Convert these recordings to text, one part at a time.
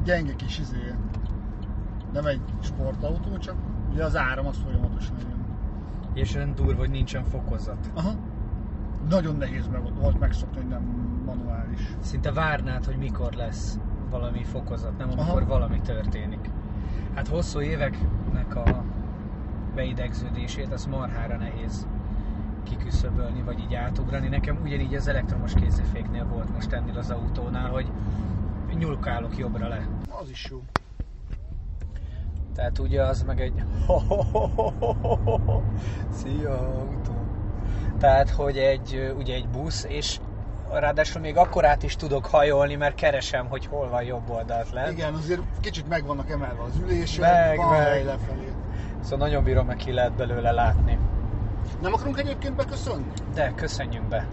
gyenge kis nem egy sportautó, csak ugye az áram az folyamatosan jön. És olyan durva, hogy nincsen fokozat. Aha. Nagyon nehéz volt megszokni, hogy nem manuális. Szinte várnád, hogy mikor lesz valami fokozat, nem amikor valami történik. Hát hosszú éveknek a beidegződését, az marhára nehéz kiküszöbölni, vagy így átugrani. Nekem ugyanígy az elektromos kéziféknél volt most ennél az autónál, hogy nyulkálok jobbra le. Az is jó. Tehát ugye az meg egy... Szia, autó! Tehát, hogy ugye egy busz, és ráadásul még akkor át is tudok hajolni, mert keresem, hogy hol van jobb oldalt lent. Igen, azért kicsit meg vannak emelve az ülések, van hely lefelé. Szóval nagyon bírom, meg ki lehet belőle látni. Nem akarunk egyébként beköszönni? De köszönjünk be!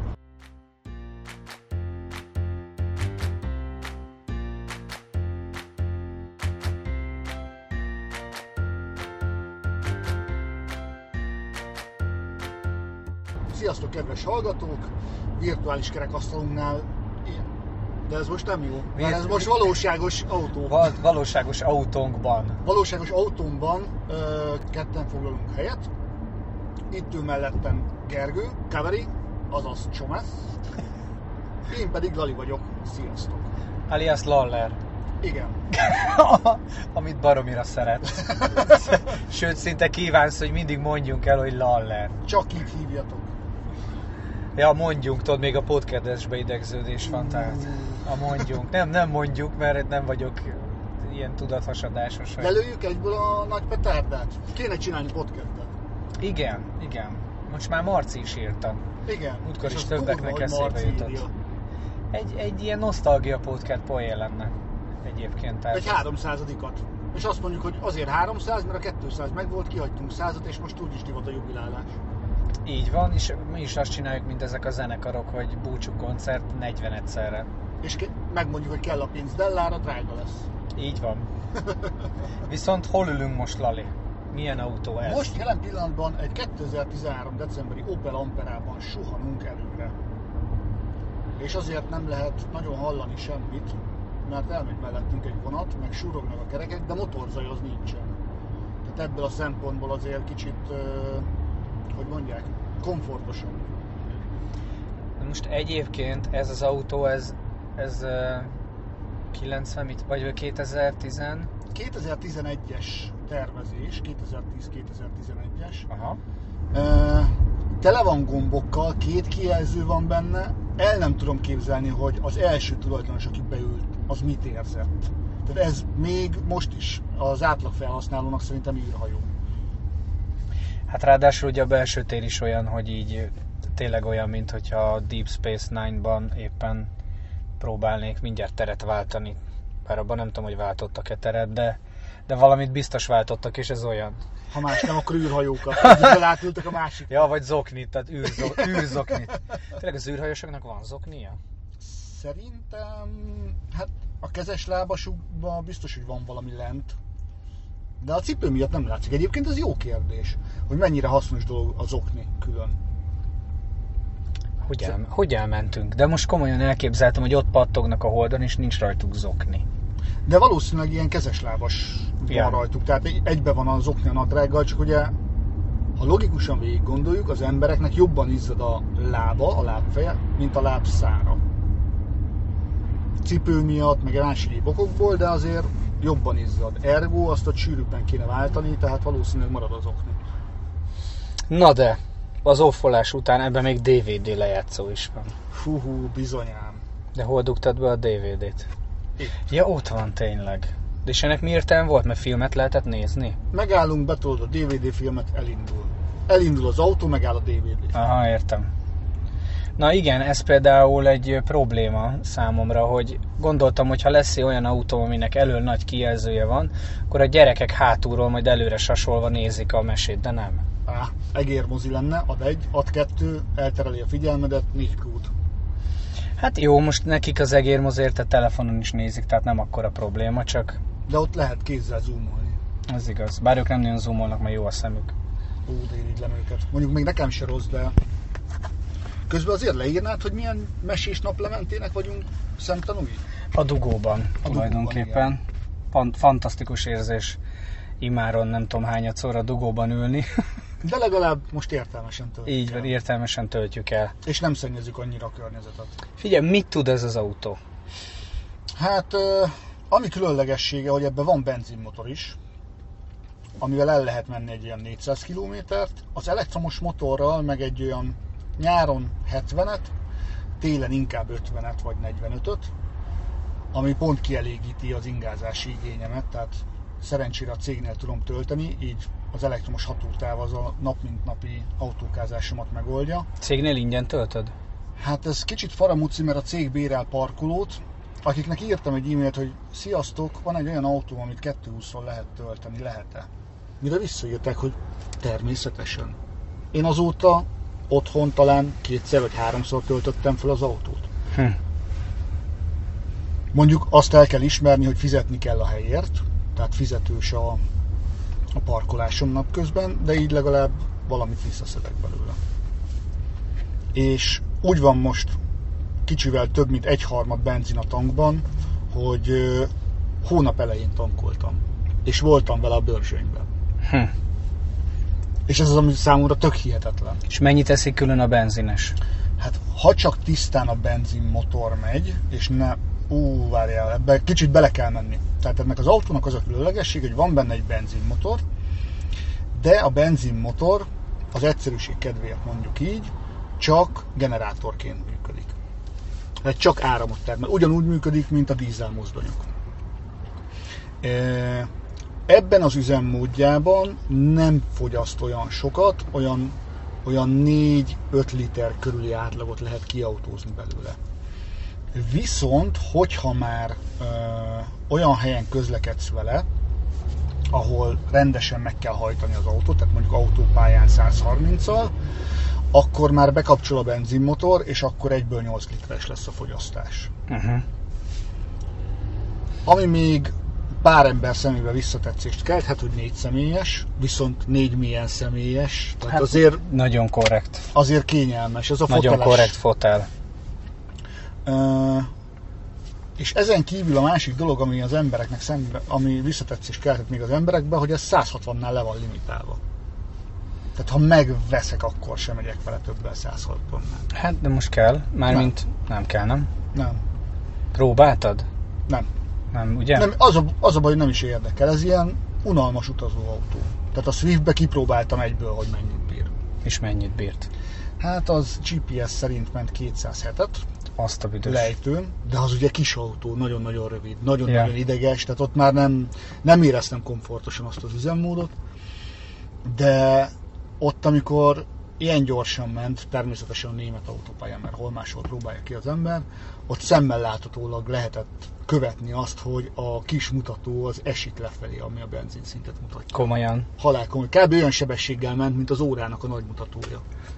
Sziasztok, kedves hallgatók! Virtuális kerekasztalunknál ilyen. De ez most nem jó, mert ez most valóságos autó. Valóságos autónkban. Valóságos autónkban ketten foglalunk helyet. Itt ül mellettem Gergő, Kaveri, azaz Csomesz. Én pedig Lali vagyok. Sziasztok! Alias Laller. Igen. Amit baromira szeret. Sőt, szinte kívánsz, hogy mindig mondjunk el, hogy Laller. Csak így hívjatok. Ja, mondjunk, tudod, még a podcastbe idegződés van, tehát mondjunk. Nem mondjuk, mert nem vagyok ilyen tudathasadásos. Lelőjük egyből a nagy petárdát. Kéne csinálni podcastet. Igen. Most már Marci is írta. Igen. Múltkor is többeknek eszébe jutott. Egy ilyen nosztalgia podcast poén lenne egyébként. Tehát... Egy 300-at. És azt mondjuk, hogy azért 300, mert a 200 megvolt, kihagytunk 100-at, és most úgyis divat a jubilálás. Így van, és mi is azt csináljuk, mint ezek a zenekarok, hogy búcsú koncert 40-szerre. És megmondjuk, hogy kell a pénz Dellára, drága lesz. Így van. Viszont hol ülünk most, Lali? Milyen autó ez? Most jelen pillanatban egy 2013. decemberi Opel Amperában suhanunk előre. És azért nem lehet nagyon hallani semmit, mert elmegy mellettünk egy vonat, meg súrognak a kerekek, de motorzaj az nincsen. Tehát ebből a szempontból azért kicsit, hogy mondják, komfortosabb. Most egyébként ez az autó, ez 90 mit, vagy 2010? 2011-es tervezés, 2010-2011-es. Aha. Tele van gombokkal, 2 kijelző van benne. El nem tudom képzelni, hogy az első tulajdonos, aki beült, az mit érzett. Tehát ez még most is az átlag felhasználónak szerintem űrhajó. Hát ráadásul ugye a belső tér is olyan, hogy így tényleg olyan, mint hogyha a Deep Space Nine-ban éppen próbálnék mindjárt teret váltani. Bár abban nem tudom, hogy váltottak-e teret, de valamit biztos váltottak, és ez olyan. Ha más nem, akkor űrhajókat. Egyikkel átültek a másik. Ja, vagy zoknit, tehát űrzoknit. Tényleg az űrhajósoknak van zoknia? Szerintem, hát a kezes lábasukban biztos, hogy van valami lent. De a cipő miatt nem látszik. Egyébként ez jó kérdés, hogy mennyire hasznos dolog a zokni külön. Hogy elmentünk? De most komolyan elképzeltem, hogy ott pattognak a Holdon, és nincs rajtuk zokni. De valószínűleg ilyen kezeslábas van rajtuk, tehát egybe van a zokni a nadrággal, csak ugye, ha logikusan végig gondoljuk, az embereknek jobban izzad a lába, a lábfeje, mint a lábszára. Cipő miatt, meg más egyéb okokból, de azért jobban izzad. Ergo azt a sűrűbben kéne váltani, tehát valószínűleg marad az zokni. Na de, az offolás után ebben még DVD lejátszó is van. Hú, bizonyám. De hol dugtad be a DVD-t? Itt. Ja, ott van tényleg. De és ennek mi értelme volt? Mert filmet lehetett nézni? Megállunk, betolod a DVD filmet, elindul. Elindul az autó, megáll a DVD. Aha, értem. Na igen, ez például egy probléma számomra, hogy gondoltam, hogy ha lesz olyan autó, aminek elől nagy kijelzője van, akkor a gyerekek hátulról majd előre sasolva nézik a mesét, de nem. Egérmozi lenne, ad 1, ad 2, eltereli a figyelmedet, 4 kút. Hát jó, most nekik az egérmozért a telefonon is nézik, tehát nem akkora probléma, csak... De ott lehet kézzel zoomolni. Ez igaz. Bár ők nem nagyon zoomolnak, mert jó a szemük. De irigylem őket. Mondjuk még nekem se rossz, de... Közben azért leírnád, hogy milyen mesés naplementének vagyunk szemtanúi? A dugóban tulajdonképpen. fantasztikus érzés immáron nem tudom hányadszor a dugóban ülni. De legalább most értelmesen töltjük Így van, értelmesen töltjük el. És nem szennyezzük annyira a környezetet. Figyelj, mit tud ez az autó? Hát, ami különlegessége, hogy ebben van benzinmotor is, amivel el lehet menni egy ilyen 400 kilométert. Az elektromos motorral meg egy olyan nyáron 70-et, télen inkább 50-et vagy 45-öt, ami pont kielégíti az ingázási igényemet, tehát szerencsére a cégnél tudom tölteni, így az elektromos hatótáv az a nap mint napi autókázásomat megoldja. Cégnél ingyen töltöd? Hát ez kicsit faramúci, mert a cég bérel parkolót, akiknek írtam egy e-mailt, hogy sziasztok, van egy olyan autó, amit 220-ról lehet tölteni, lehet-e? Mire visszaírták, hogy természetesen. Én azóta otthon talán 2 vagy 3-szor töltöttem fel az autót. Mondjuk azt el kell ismerni, hogy fizetni kell a helyért, tehát fizetős a parkolásom napközben, de így legalább valamit visszaszedek belőle. És úgy van most kicsivel több mint 1/3 benzin a tankban, hogy hónap elején tankoltam. És voltam vele a Börzsönyben. És ez az, ami számomra tök hihetetlen. És mennyit eszik külön a benzines? Hát ha csak tisztán a benzinmotor megy, és ne... várjál, ebbe kicsit bele kell menni. Tehát ennek az autónak az a különlegesség, hogy van benne egy benzinmotor, de a benzinmotor, az egyszerűség kedvéért mondjuk így, csak generátorként működik. Tehát csak áramot termel. Ugyanúgy működik, mint a dízelmozdonyok. Ebben az üzemmódjában nem fogyaszt olyan sokat, olyan 4-5 liter körüli átlagot lehet kiautózni belőle. Viszont, hogyha már olyan helyen közlekedsz vele, ahol rendesen meg kell hajtani az autót, tehát mondjuk autópályán 130-al, akkor már bekapcsol a benzinmotor, és akkor egyből 8 literes lesz a fogyasztás. Ami még pár ember szemébe visszatetszést kelthet, hogy 4 személyes, viszont 4 milyen személyes. Tehát hát azért nagyon korrekt. Azért kényelmes. Ez a nagyon foteles. Korrekt fotel. És ezen kívül a másik dolog, ami az embereknek ami visszatetszést keltett még az emberekbe, hogy ez 160-nál le van limitálva. Tehát ha megveszek, akkor sem megyek vele többel 160-nál. Hát de most kell, mármint nem kell, nem? Nem. Próbáltad? Nem. Nem, ugye? Nem, az a baj, hogy nem is érdekel. Ez ilyen unalmas utazóautó. Tehát a Swiftbe kipróbáltam egyből, hogy mennyit bír. És mennyit bírt? Hát az GPS szerint ment 207-et. Azt a büdös. Lejtőn, de az ugye kis autó, nagyon-nagyon rövid, nagyon-nagyon ideges, tehát ott már nem éreztem komfortosan azt az üzemmódot, de ott, amikor ilyen gyorsan ment, természetesen a német autópályán, mert hol máshol próbálja ki az ember, ott szemmel láthatólag lehetett követni azt, hogy a kis mutató az esik lefelé, ami a benzinszintet mutatja. Komolyan? Halálkomoly. Kb. Olyan sebességgel ment, mint az órának a nagy mutatója.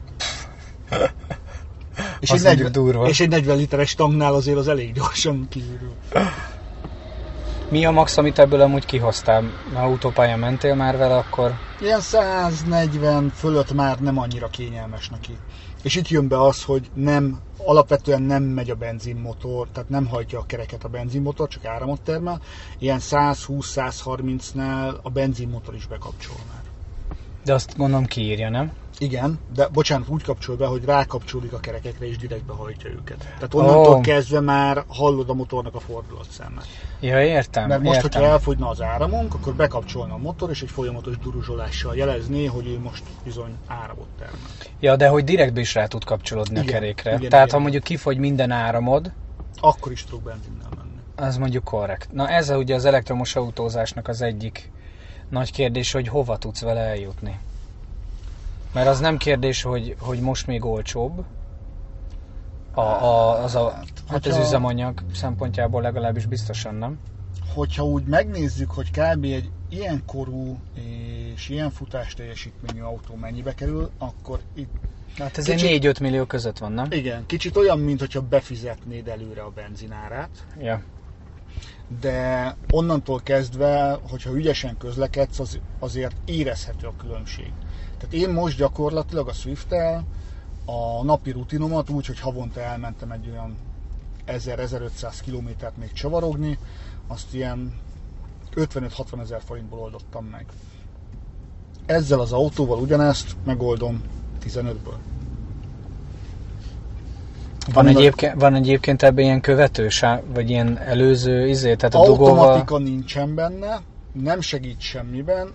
És egy 40 literes tanknál azért az elég gyorsan kiürül. Mi a max, amit ebből amúgy kihoztál? Ha autópályán mentél már vele, akkor... Ilyen 140 fölött már nem annyira kényelmes neki. És itt jön be az, hogy alapvetően nem megy a benzinmotor, tehát nem hajtja a kereket a benzinmotor, csak áramot termel. Ilyen 120-130-nál a benzinmotor is bekapcsol már. De azt gondolom kiírja, nem? Igen, de bocsánat, úgy kapcsol be, hogy rákapcsolódik a kerekekre és direktbe hajtja őket. Tehát onnantól kezdve már hallod a motornak a fordulatszámát. Ja, értem. Mert most, hogyha elfogyna az áramunk, akkor bekapcsolna a motor, és egy folyamatos duruzsolással jelezné, hogy ő most bizony áramot termel. Ja, de hogy direktbe is rá tud kapcsolódni a kerékre. Igen, tehát ha mondjuk kifogy minden áramod, akkor is tudok benzinnel menni. Az mondjuk korrekt. Na ez ugye az elektromos autózásnak az egyik nagy kérdés, hogy hova tudsz vele eljutni. Mert az nem kérdés, hogy most még olcsóbb az üzemanyag szempontjából legalábbis biztosan nem. Hogyha úgy megnézzük, hogy kb. Egy ilyen korú és ilyen futásteljesítményű autó mennyibe kerül, akkor itt... Hát ez 4-5 millió között van, nem? Igen, kicsit olyan, mintha befizetnéd előre a benzinárát. Ja. De onnantól kezdve, hogyha ügyesen közlekedsz, azért érezhető a különbség. Tehát én most gyakorlatilag a Swift-tel a napi rutinomat úgy, hogy havonta elmentem egy olyan 1000-1500 kilométert még csavarogni, azt ilyen 55-60 ezer forintból oldottam meg. Ezzel az autóval ugyanezt megoldom 15-ből. Van egyébként ebben ilyen követős, vagy ilyen előző tehát a automatika dugóval... nincsen benne, nem segít semmiben.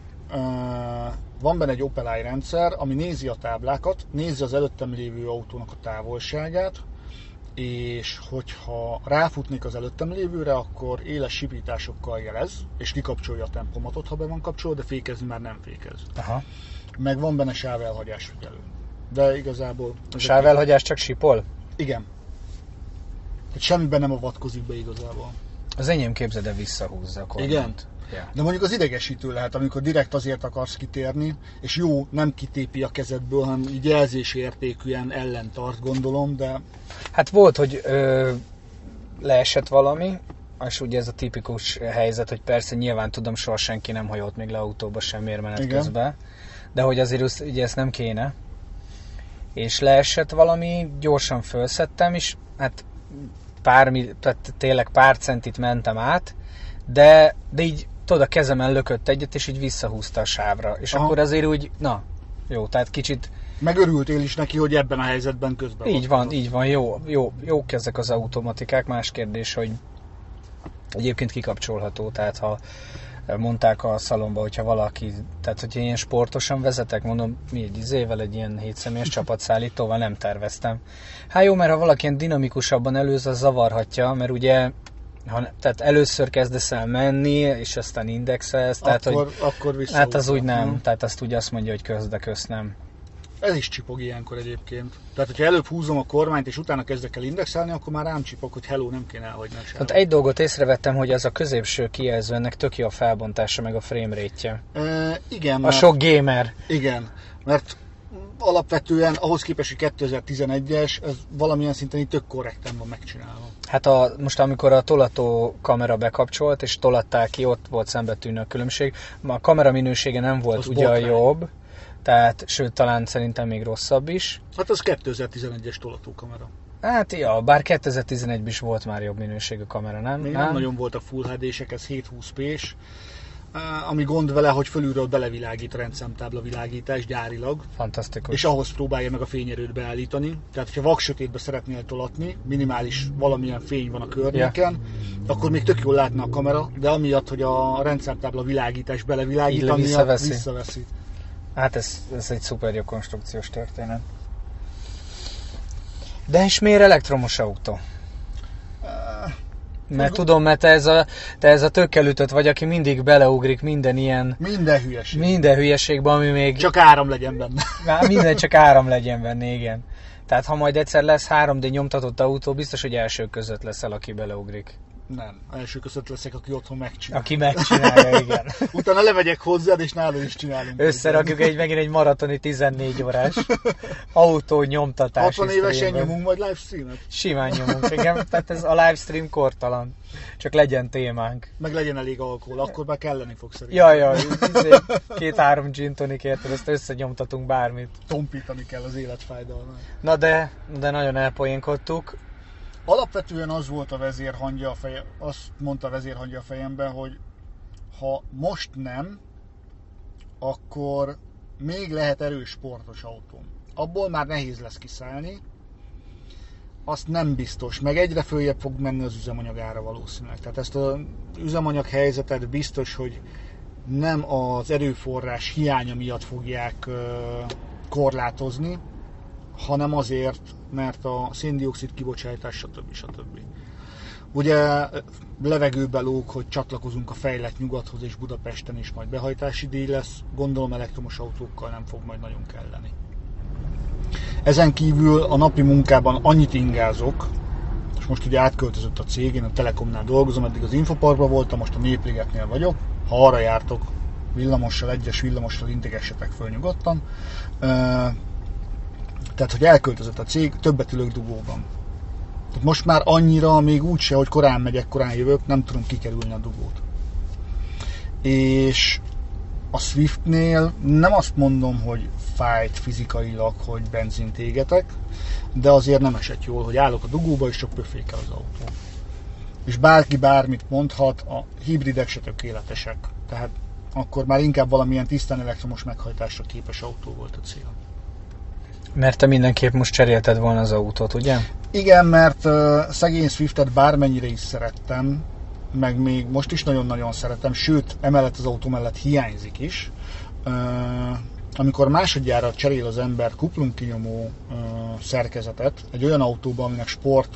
Van benne egy Opel Eye rendszer, ami nézi a táblákat, nézi az előttem lévő autónak a távolságát, és hogyha ráfutnék az előttem lévőre, akkor éles sipításokkal jelez, és kikapcsolja a tempomatot, ha be van kapcsolva, de fékezni már nem fékez. Aha. Meg van benne sávelhagyás figyelő. De igazából... A sávelhagyás csak sipol? Igen. Tehát semmiben nem avatkozik be igazából. Az enyém, képzeld el, visszahúzza a kormányt. Igen. Yeah. De mondjuk az idegesítő lehet, amikor direkt azért akarsz kitérni, és jó, nem kitépi a kezedből, hanem így jelzésértékűen ellentart, gondolom, de... Hát volt, hogy leesett valami, és ugye ez a tipikus helyzet, hogy persze nyilván tudom, soha senki nem hajolt még le autóba semmilyen menet közben, de hogy azért ugye ezt nem kéne. És leesett valami, gyorsan fölszedtem, és hát tehát tényleg pár centit mentem át, de így tudod, a kezemen lökött egyet, és így visszahúzta a sávra. És aha. Akkor azért úgy, na, jó, tehát kicsit... Megörültél is neki, hogy ebben a helyzetben közben így van, jók ezek az automatikák. Más kérdés, hogy egyébként kikapcsolható, tehát ha mondták a szalomba, hogyha valaki, tehát hogyha ilyen sportosan vezetek, mondom, egy ilyen 7 személyes csapatszállítóval nem terveztem. Hát jó, mert ha valaki ilyen dinamikusabban előz, az zavarhatja, mert ugye tehát először kezdesz el menni, és aztán indexelsz, tehát akkor hát az úgy nem, tehát azt úgy azt mondja, hogy kösz, de kösz nem. Ez is csipog ilyenkor egyébként. Tehát, hogyha előbb húzom a kormányt, és utána kezdek el indexelni, akkor már rám csipog, hogy hello, nem kéne elhagyni a sávot. Tehát egy dolgot észrevettem, hogy az a középső kijelző, ennek tök jó a felbontása, meg a frame rate-je. Igen. A sok gamer. Igen, mert alapvetően ahhoz képest, hogy 2011-es, ez valamilyen szinten így tök korrekten van megcsinálva. Hát most amikor a tolató kamera bekapcsolt, és tolatták ki, ott volt szembetűnő a különbség. A kamera minősége nem volt ugyan jobb, tehát sőt, talán szerintem még rosszabb is. Hát az 2011-es tolatókamera. Hát ja, bár 2011-ben is volt már jobb minőségű kamera, nem? Még nem nagyon voltak Full HD-sek, ez 720p-s. Ami gond vele, hogy fölülről belevilágít rendszámtábla világítás gyárilag. Fantasztikus. És ahhoz próbálja meg a fényerőt beállítani. Tehát, ha vaksötétbe szeretnél tolatni, minimális valamilyen fény van a környéken, akkor még tök jól látna a kamera, de amiatt, hogy a rendszámtábla világítás belevilágít, amiatt visszaveszi. Hát ez egy szuper jó konstrukciós történet. De és miért elektromos autó? Mert tudom, mert te ez a tökkel ütött vagy, aki mindig beleugrik minden ilyen... Minden hülyeségben, ami még... Csak áram legyen benne. Minden csak áram legyen benne, igen. Tehát ha majd egyszer lesz 3D nyomtatott autó, biztos, hogy első között leszel, aki beleugrik. Nem, első között leszek, aki otthon megcsinálja. Aki megcsinálja, igen. Utána levegyek hozzád, és nálad is csinálunk. Összerakjuk megint egy maratoni 14 órás autó nyomtatás. 60 évesen nyomunk majd livestreamet? Simán nyomunk, igen. Tehát ez a livestream kortalan. Csak legyen témánk. Meg legyen elég alkohol, akkor már kelleni fog szerintem. Jaj, 2-3 gin tonic, érted, ezt összenyomtatunk bármit. Tompítani kell az életfájdalmát. Na de nagyon elpoénkodtuk. Alapvetően az volt a vezérhangja azt mondta a vezérhangja a fejemben, hogy ha most nem, akkor még lehet erős sportos autóm. Abból már nehéz lesz kiszállni, azt nem biztos, meg egyre följebb fog menni az üzemanyagára valószínűleg. Tehát ezt az üzemanyag helyzetet biztos, hogy nem az erőforrás hiánya miatt fogják korlátozni, hanem azért, mert a széndioxid kibocsátás, stb. Ugye levegőbe lóg, hogy csatlakozunk a fejlett nyugathoz, és Budapesten is majd behajtási díj lesz. Gondolom elektromos autókkal nem fog majd nagyon kelleni. Ezen kívül a napi munkában annyit ingázok, és most ugye átköltözött a cég, én a Telekomnál dolgozom, eddig az Infoparkban voltam, most a Népligetnél vagyok. Ha arra jártok villamossal, egyes villamossal, integessetek föl nyugodtan. Tehát, hogy elköltözött a cég, többet ülök dugóban. Tehát most már annyira, még úgyse, hogy korán megyek, korán jövök, nem tudom kikerülni a dugót. És a Swiftnél nem azt mondom, hogy fájt fizikailag, hogy benzint égetek, de azért nem esett jól, hogy állok a dugóba, és csak pöfékel az autó. és bárki bármit mondhat, a hibridek se tökéletesek. Tehát akkor már inkább valamilyen tisztán elektromos meghajtásra képes autó volt a cél. Mert te mindenképp most cserélted volna az autót, ugye? Igen, mert szegény Swiftet bármennyire is szerettem, meg még most is nagyon-nagyon szeretem, sőt, emellett az autó mellett hiányzik is. Amikor másodjára cserél az ember kuplungkinyomó szerkezetet egy olyan autóban, aminek sport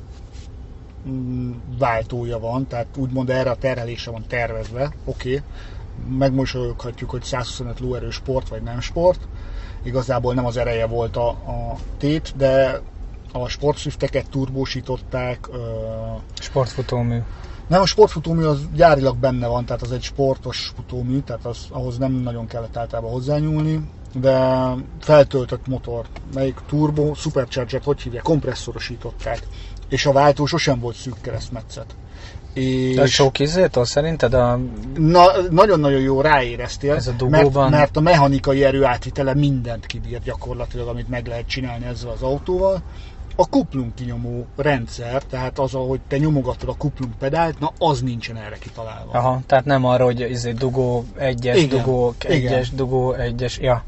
váltója van, tehát úgymond erre a terhelése van tervezve, oké, megmosolyoghatjuk, hogy 125 lóerő sport vagy nem sport, igazából nem az ereje volt a tét, de a sportswifteket turbósították. Sportfutómű. Nem, a sportfutómű az gyárilag benne van, tehát az egy sportos futómű, tehát ahhoz nem nagyon kellett általában hozzányúlni, de feltöltött motor, melyik turbo, supercharger-t, hogy hívják, kompresszorosították, és a váltó sosem volt szűk keresztmetszet. És sok izétől szerinted nagyon-nagyon jó ráéreztél, ez a dugóban... mert a mechanikai erő átvitele mindent kibír gyakorlatilag, amit meg lehet csinálni ezzel az autóval. A kuplungkinyomó rendszer, tehát az, ahogy te nyomogatod a kuplung pedált, na az nincsen erre kitalálva. Aha, tehát nem arra, hogy dugó 1-es, dugó 1-es, dugó 1-es, ja.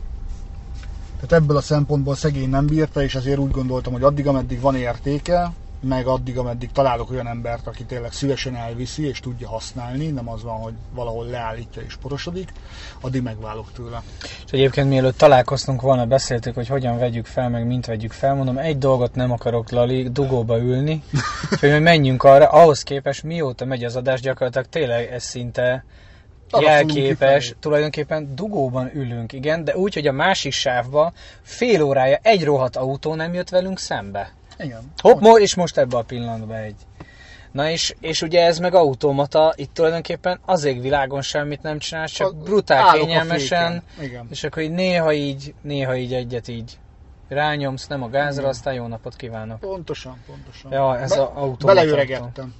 Tehát ebből a szempontból szegény nem bírta, és azért úgy gondoltam, hogy addig, ameddig van értéke, meg addig, ameddig találok olyan embert, aki tényleg szívesen elviszi és tudja használni, nem az van, hogy valahol leállítja és porosodik, addig megválok tőle. És egyébként mielőtt találkoztunk volna, beszéltük, hogy hogyan vegyük fel, meg mint vegyük fel. Mondom, egy dolgot nem akarok, Lali, dugóba ülni, úgyhogy majd menjünk arra. Ahhoz képest, mióta megy az adás, gyakorlatilag tényleg ez szinte jelképes, tulajdonképpen dugóban ülünk, igen, de úgy, hogy a másik sávba fél órája egy rohadt autó nem jött velünk szembe. Igen. Hopp, és most ebbe a pillanatban egy. Na és ugye ez meg automata, itt tulajdonképpen az égvilágon semmit nem csinál, csak brutál kényelmesen, és akkor így néha így egyet így rányomsz, nem a gázra, aztán jó napot kívánok. Pontosan. Ja, ez az automata. Beleöregettem.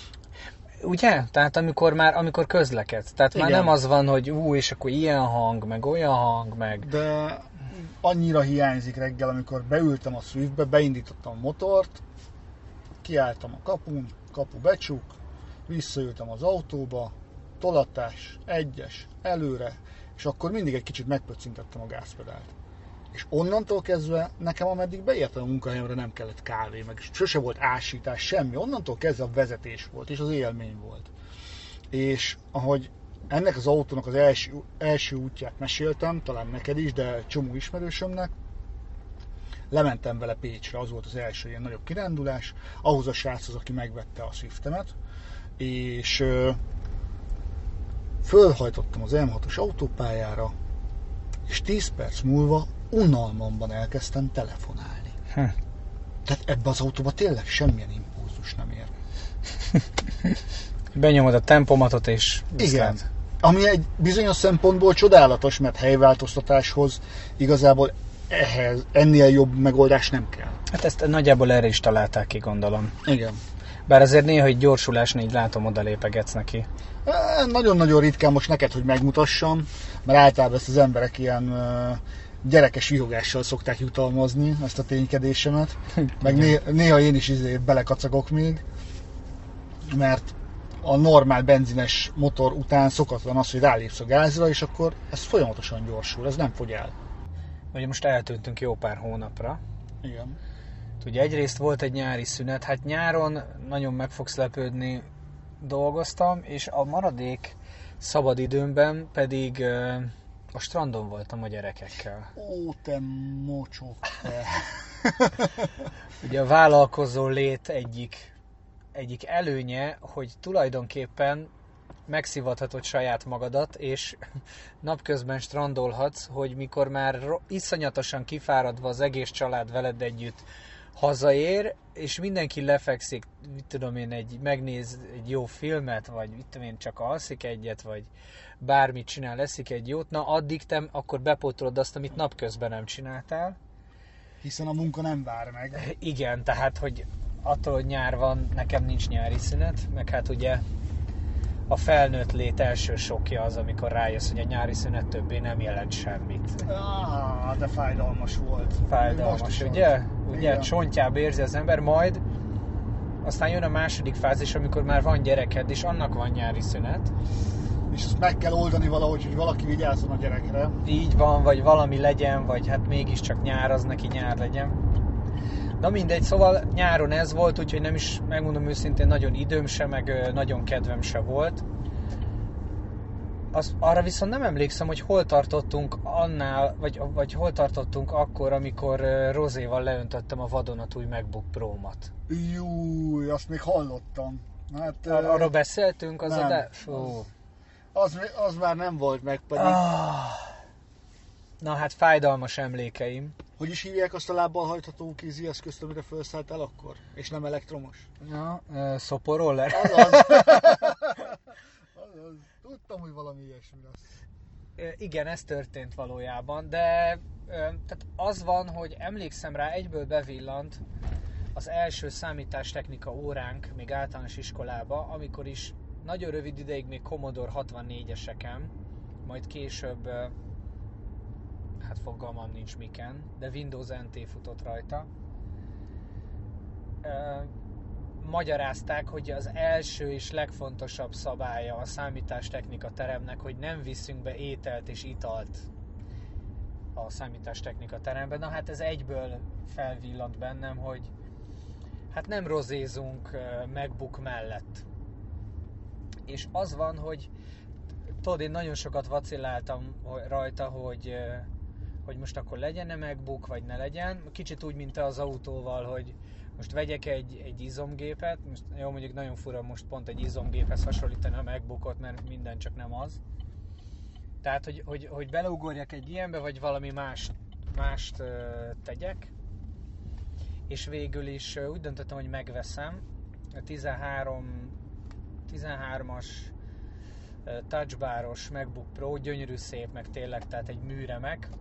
Ugye? Tehát amikor közlekedsz. Tehát igen. Már nem az van, hogy és akkor ilyen hang, meg olyan hang, meg... De annyira hiányzik reggel, amikor beültem a Swiftbe, beindítottam a motort, kiálltam a kapun, kapu becsuk, visszaültem az autóba, tolatás, egyes, előre, és akkor mindig egy kicsit megpöccintettem a gázpedált. És onnantól kezdve nekem, ameddig beértem a munkahelyemre, nem kellett kávé, meg sose volt ásítás, semmi. Onnantól kezdve a vezetés volt, és az élmény volt. És ahogy ennek az autónak az első útját meséltem, talán neked is, de csomó ismerősömnek, lementem vele Pécsre, az volt az első ilyen nagyobb kirándulás, ahhoz a sráchoz, aki megvette a Swiftemet, és fölhajtottam az M6-os autópályára, és 10 perc múlva unalmamban elkezdtem telefonálni. Tehát ebbe az autóba tényleg semmilyen impulzus nem ér. Benyomod a tempomatot és... Igen. Ami egy bizonyos szempontból csodálatos, mert helyváltoztatáshoz igazából ennél jobb megoldás nem kell. Hát ezt nagyjából erre is találták ki, gondolom. Igen. Bár azért néha egy gyorsulásnál így látom, oda lépegetsz neki. Nagyon-nagyon ritkán most neked, hogy megmutassam, mert általában ezt az emberek ilyen gyerekes vihogással szokták jutalmazni, ezt a ténykedésemet. Meg néha én is belekacagok még, mert a normál benzines motor után szokatlan az, hogy rálépsz a gázra, és akkor ez folyamatosan gyorsul, ez nem fogy el. Ugye most eltűntünk jó pár hónapra. Igen. Ugye egyrészt volt egy nyári szünet, hát nyáron nagyon meg fogsz lepődni, dolgoztam, és a maradék szabadidőmben pedig a strandon voltam a gyerekekkel. Ó, te mocsok, te! Ugye a vállalkozó lét egyik előnye, hogy tulajdonképpen megszivathatod saját magadat, és napközben strandolhatsz, hogy mikor már iszonyatosan kifáradva az egész család veled együtt hazaér, és mindenki lefekszik, megnéz egy jó filmet, vagy csak alszik egyet, vagy bármit csinál, leszik egy jót, na addig te akkor bepótolod azt, amit napközben nem csináltál. Hiszen a munka nem vár meg. Igen, tehát, hogy attól, hogy nyár van, nekem nincs nyári szünet, meg hát ugye a felnőtt lét első sokja az, amikor rájössz, hogy a nyári szünet többé nem jelent semmit. De fájdalmas volt. Fájdalmas, ugye? Ugye csontjába érzi az ember, majd aztán jön a második fázis, amikor már van gyereked, és annak van nyári szünet. És ezt meg kell oldani valahogy, hogy valaki vigyázzon a gyerekre. Így van, vagy valami legyen, vagy hát mégiscsak nyár, az neki nyár legyen. Na mindegy, szóval nyáron ez volt, úgyhogy nem is, megmondom őszintén, nagyon időm se, meg nagyon kedvem se volt. Arra viszont nem emlékszem, hogy hol tartottunk annál, vagy hol tartottunk akkor, amikor rozéval leöntöttem a vadonatúj MacBook Pro-mat. Júj, azt még hallottam. Hát, arról beszéltünk? Az már nem volt meg, pedig... Na hát fájdalmas emlékeim. Hogy is hívják azt a lábbal hajtható kézi eszközt, amire felszálltál akkor? És nem elektromos? Na, szoporoller? Azaz. Tudtam, hogy valami ilyesmi lesz. Igen, ez történt valójában, de tehát az van, hogy emlékszem rá, egyből bevillant az első számítástechnika óránk még általános iskolába, amikor is nagyon rövid ideig még Commodore 64-eseken, majd később, hát fogalmam nincs miken, de Windows NT futott rajta. Magyarázták, hogy az első és legfontosabb szabálya a számítástechnika teremnek, hogy nem viszünk be ételt és italt a számítástechnika terembe. Na hát ez egyből felvillant bennem, hogy hát nem rozézunk MacBook mellett. És az van, hogy tudod, én nagyon sokat vacilláltam rajta, hogy most akkor legyen-e MacBook, vagy ne legyen. Kicsit úgy, mint te az autóval, hogy most vegyek egy izomgépet, most, jó, mondjuk nagyon fura most pont egy izomgéphez hasonlítani a MacBookot, mert minden csak nem az. Tehát, hogy beleugorjak egy ilyenbe, vagy valami mást tegyek. És végül is úgy döntöttem, hogy megveszem a 13-as touchbaros MacBook Pro, gyönyörű szép, meg tényleg, tehát egy műremek.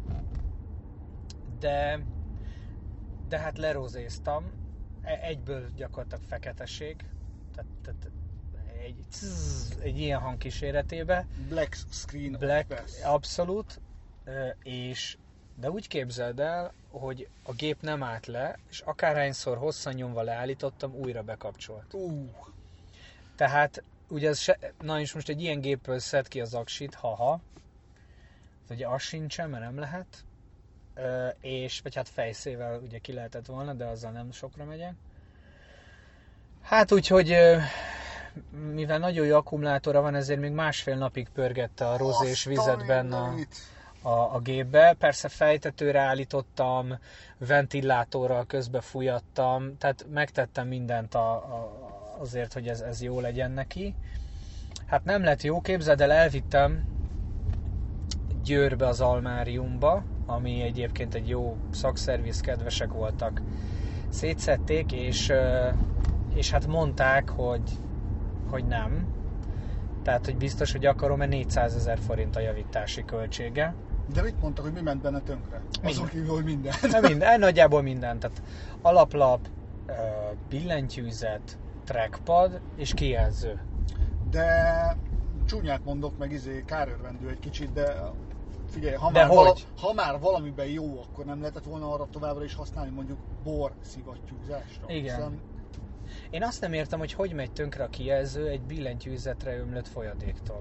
De hát lerozéztam, egyből gyakorlatilag feketeség, tehát egy ilyen hang kíséretébe. Black screen. Abszolút, de úgy képzeld el, hogy a gép nem állt le, és akárhányszor hosszan nyomva leállítottam, újra bekapcsolt. Tehát ugye na és most egy ilyen gépről szed ki az aksit, ugye az sincsen, mert nem lehet. Vagy hát fejszével ugye ki lehetett volna, de azzal nem sokra megyek. Hát úgyhogy mivel nagyon jó akkumulátora van, ezért még másfél napig pörgette a rozés vizet benne a gépbe. Persze fejtetőre állítottam, ventilátorral közbe fújattam, tehát megtettem mindent azért, hogy ez jó legyen neki. Hát nem lett jó, képzeld el, elvittem Győrbe az Almáriumba, ami egyébként egy jó szakszerviz, kedvesek voltak. Szétszedték, és hát mondták, hogy nem. Tehát, hogy biztos, hogy akarom, mert 400 000 forint a javítási költsége. De mit mondtak, hogy mi ment benne tönkre? Azon kívül, hogy minden. Nagyjából minden. Tehát alaplap, billentyűzet, trackpad és kijelző. De csúnyát mondok, meg kárörvendő egy kicsit, de figyelj, ha már valamiben jó, akkor nem lehetett volna arra továbbra is használni, mondjuk borszivattyúzásra. Igen. Hiszen... Én azt nem értem, hogy megy tönkre a kijelző egy billentyűzetre ömlött folyadéktól.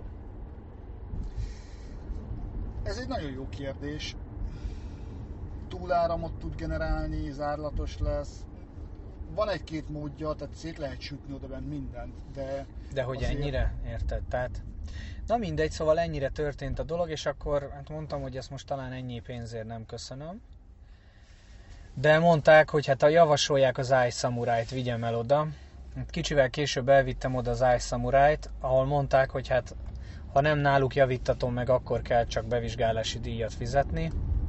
Ez egy nagyon jó kérdés. Túláramot tud generálni, zárlatos lesz. Van egy-két módja, tehát szét lehet sütni oda bent mindent, de hogy azért... ennyire? Érted? Tehát... Na mindegy, szóval ennyire történt a dolog, és akkor hát mondtam, hogy ezt most talán ennyi pénzért nem köszönöm. De mondták, hogy hát javasolják az iSamurai-t, vigyem el oda. Kicsivel később elvittem oda az iSamurai-t, ahol mondták, hogy hát ha nem náluk javítatom meg, akkor kell csak bevizsgálási díjat fizetni.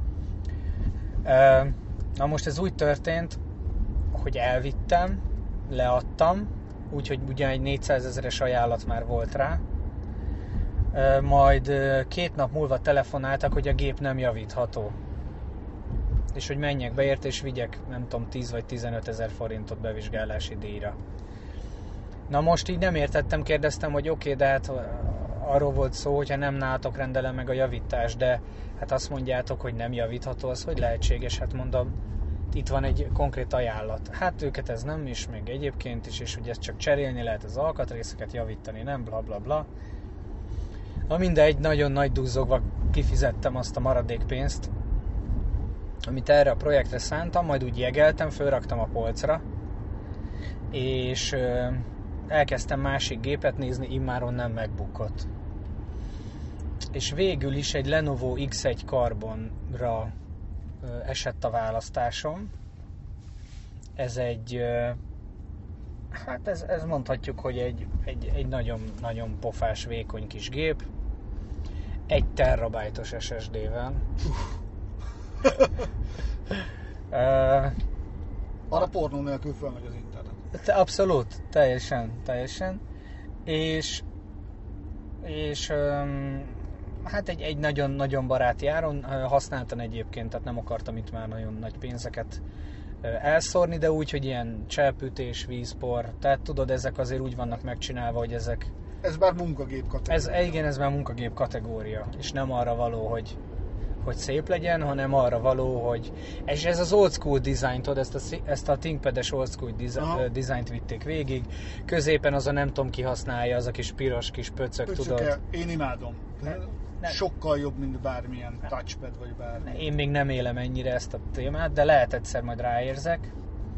Na most ez úgy történt, hogy elvittem, leadtam, úgyhogy ugyan egy 400 000-es ajánlat már volt rá. Majd 2 nap múlva telefonáltak, hogy a gép nem javítható. És hogy menjek be érte, és vigyek, nem tudom, 10 vagy 15 000 forintot bevizsgálási díjra. Na most így nem értettem, kérdeztem, hogy oké, de hát arról volt szó, hogyha nem nálatok rendelem meg a javítást, de hát azt mondjátok, hogy nem javítható, az hogy lehetséges? Hát mondom, itt van egy konkrét ajánlat. Hát őket ez nem, és még egyébként is, és ugye ezt csak cserélni lehet az alkatrészeket, javítani, nem, bla bla bla. Na mindegy, nagyon nagy duzzogva kifizettem azt a maradék pénzt, amit erre a projektre szántam, majd úgy jegeltem, fölraktam a polcra, és elkezdtem másik gépet nézni, immáron nem MacBookot. És végül is egy Lenovo X1 Carbonra esett a választásom. Ez egy, hát ez mondhatjuk, hogy egy nagyon pofás, vékony kis gép. 1 terabájtos SSD-vel. Arra pornó nélkül fölmegy az internet. Abszolút, teljesen. És hát egy nagyon baráti áron használtam egyébként, tehát nem akartam itt már nagyon nagy pénzeket elszórni, de úgy, hogy ilyen cselpütés, vízpor, tehát tudod, ezek azért úgy vannak megcsinálva, hogy ezek... Ez már munkagép kategória. Igen, ez már munkagép kategória, és nem arra való, hogy szép legyen, hanem arra való, hogy... És ez az old school design, tudod, ezt a ThinkPad-es old school designt vitték végig. Középen az a nem tudom ki használja, az a kis piros kis pöcök, tudod. Én imádom. Sokkal jobb, mint bármilyen touchpad vagy bármi. Én még nem élem ennyire ezt a témát, de lehet egyszer majd ráérzek.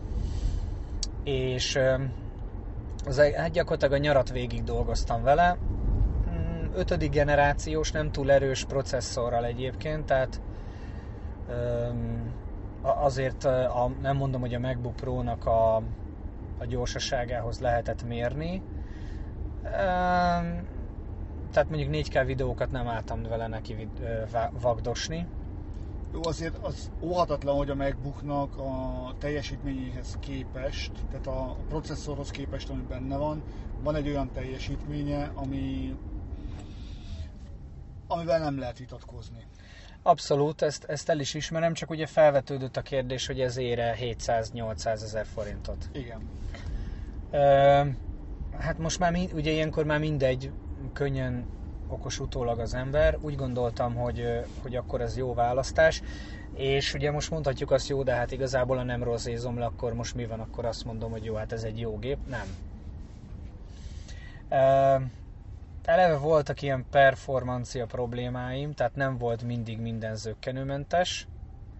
És hát gyakorlatilag a nyarat végig dolgoztam vele. 5. generációs, nem túl erős processzorral egyébként, tehát azért nem mondom, hogy a MacBook Pro-nak a gyorsaságához lehetett mérni. Tehát mondjuk 4K videókat nem álltam vele neki vagdosni. Jó, azért az óhatatlan, hogy a MacBooknak a teljesítményéhez képest, tehát a processzorhoz képest, ami benne van egy olyan teljesítménye, amivel nem lehet vitatkozni. Abszolút, ezt el is ismerem, csak ugye felvetődött a kérdés, hogy ez ére 700-800 ezer forintot. Igen. Hát most már ugye ilyenkor már mindegy, könnyen okos utólag az ember. Úgy gondoltam, hogy akkor ez jó választás, és ugye most mondhatjuk azt, jó, de hát igazából, ha nem rozézom le, akkor most mi van, akkor azt mondom, hogy jó, hát ez egy jó gép. Nem. Eleve voltak ilyen performancia problémáim, tehát nem volt mindig minden zökkenőmentes.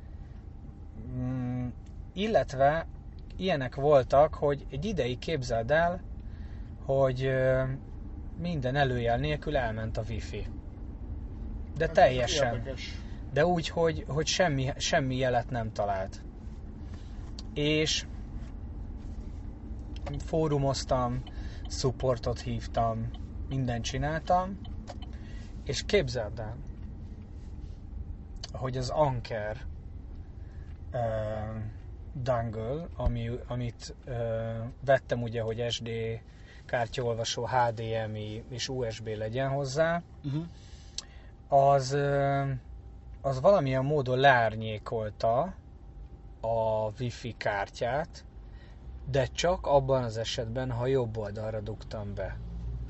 Illetve ilyenek voltak, hogy egy ideig képzeld el, hogy minden előjel nélkül elment a Wi-Fi. De teljesen. Érdekes. De úgy, hogy semmi jelet nem talált. És fórumoztam, supportot hívtam, mindent csináltam, és képzeld el, hogy az Anker dongle, amit vettem ugye, hogy SD kártyaolvasó, HDMI és USB legyen hozzá, az valamilyen módon leárnyékolta a Wi-Fi kártyát, de csak abban az esetben, ha jobb oldalra dugtam be.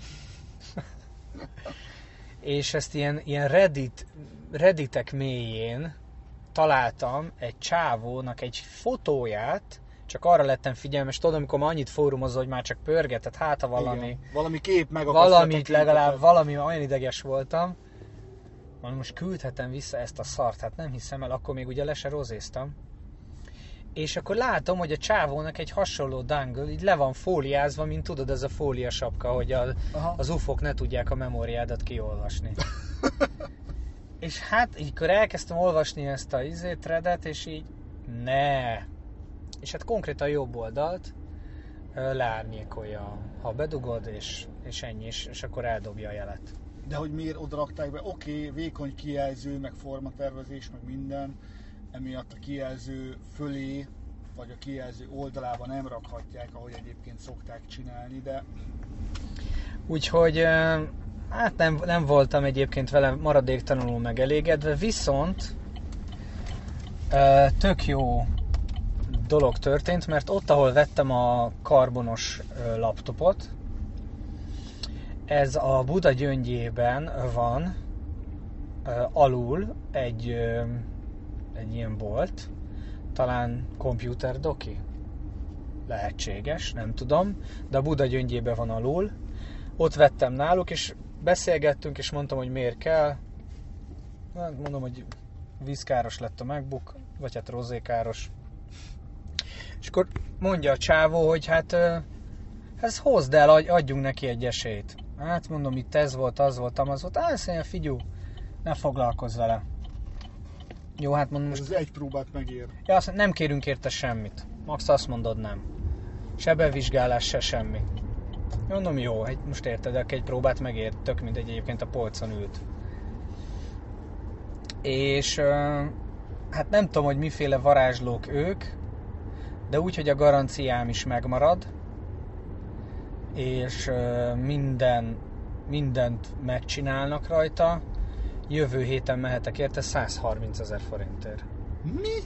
És ezt ilyen Redditek mélyén találtam egy csávónak egy fotóját, csak arra lettem figyelmes, tudod, amikor már annyit fórumozol, hogy már csak pörgetett, hát ha valami... Igen. Valami kép meg valamit legalább, valami, olyan ideges voltam. Most küldhetem vissza ezt a szart, hát nem hiszem el, akkor még ugye le se rozéztam. És akkor látom, hogy a csávónak egy hasonló dongle így le van fóliázva, mint tudod, ez a fóliasapka, hogy az ufók ne tudják a memóriádat kiolvasni. És hát így akkor elkezdtem olvasni ezt a threadet, és így és hát konkrétan jobb oldalt leárnyékolja, ha bedugod, és ennyi, és akkor eldobja a jelet. De hogy miért oda rakták be? Oké, vékony kijelző, meg formatervezés, meg minden, emiatt a kijelző fölé, vagy a kijelző oldalába nem rakhatják, ahogy egyébként szokták csinálni, de... Úgyhogy hát nem voltam egyébként vele maradéktalanul megelégedve, viszont tök jó dolog történt, mert ott, ahol vettem a karbonos laptopot, ez a Buda Gyöngyében van alul egy ilyen bolt, talán Computer Doki? Lehetséges, nem tudom, de a Buda Gyöngyében van alul. Ott vettem náluk, és beszélgettünk, és mondtam, hogy miért kell. Hát mondom, hogy vízkáros lett a MacBook, vagy hát rozékáros. És akkor mondja a csávó, hogy hát ez hozd el, adjunk neki egy esélyt. Hát mondom, itt ez volt, az volt, amaz volt. Azt mondja, figyú, ne foglalkozz vele. Jó, hát mondom most... Ez egy próbát megér. Ja, azt nem kérünk érte semmit. Max azt mondod, nem. Se bevizsgálás, se semmi. Mondom, jó, most érted, egy próbát megér, tök mindegy, egyébként a polcon ült. És hát nem tudom, hogy miféle varázslók ők, de úgy, hogy a garanciám is megmarad, és mindent megcsinálnak rajta. Jövő héten mehetek érte 130 000 forintért. Mi?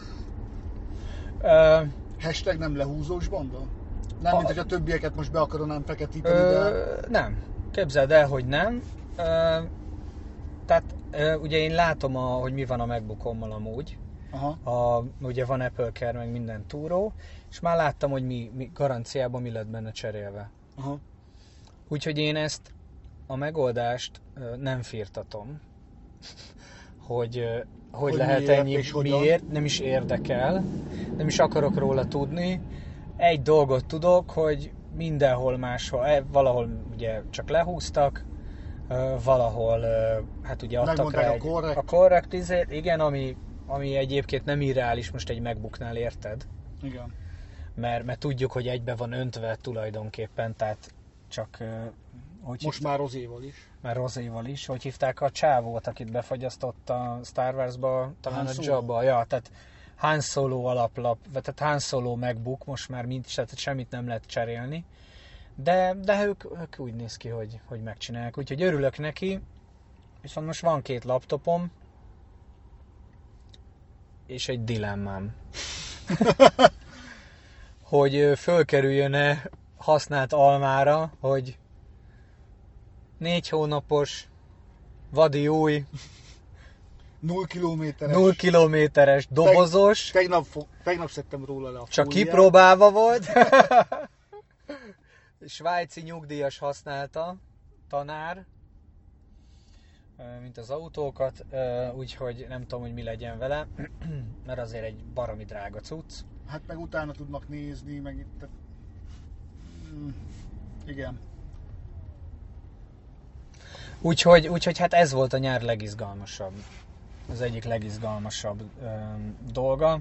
Hashtag nem lehúzós banda? Nem, mint hogy a többieket most be akaranám feketíteni, de... Nem. Képzeld el, hogy nem. Tehát ugye én látom, hogy mi van a MacBookommal amúgy. Aha. Ugye van Apple Care, meg minden túró, és már láttam, hogy mi garanciában mi lett benne cserélve. Aha. Úgyhogy én ezt a megoldást nem firtatom, hogy lehet ennyi, miért, nem is érdekel, nem is akarok róla tudni. Egy dolgot tudok, hogy mindenhol máshol, valahol ugye csak lehúztak, valahol hát ugye adtak rá a korrekt izét, igen, ami egyébként nem irreális most egy MacBooknál, érted? Igen. Mert tudjuk, hogy egybe van öntve tulajdonképpen, tehát csak... Most már rozéval is. Már rozéval is. Hogy hívták a csávót, akit befagyasztott a Star Wars-ba, talán a Jabba. Ja, tehát Han Solo alaplap, tehát Han Solo MacBook, most már tehát semmit nem lehet cserélni. De ők úgy néz ki, hogy megcsinálják. Úgyhogy örülök neki. Viszont most van 2 laptopom, és egy dilemmám. Hogy fölkerüljön-e használt almára, hogy 4 hónapos, vadi új, 0 kilométeres, dobozos. Tegnap szedtem róla le a csak fóliát. Kipróbálva volt. Svájci nyugdíjas használta, tanár, mint az autókat, úgyhogy nem tudom, hogy mi legyen vele, mert azért egy baromi drága cucc. Hát meg utána tudnak nézni, meg tehát... igen. Úgyhogy hát ez volt a nyár legizgalmasabb, az egyik legizgalmasabb dolga.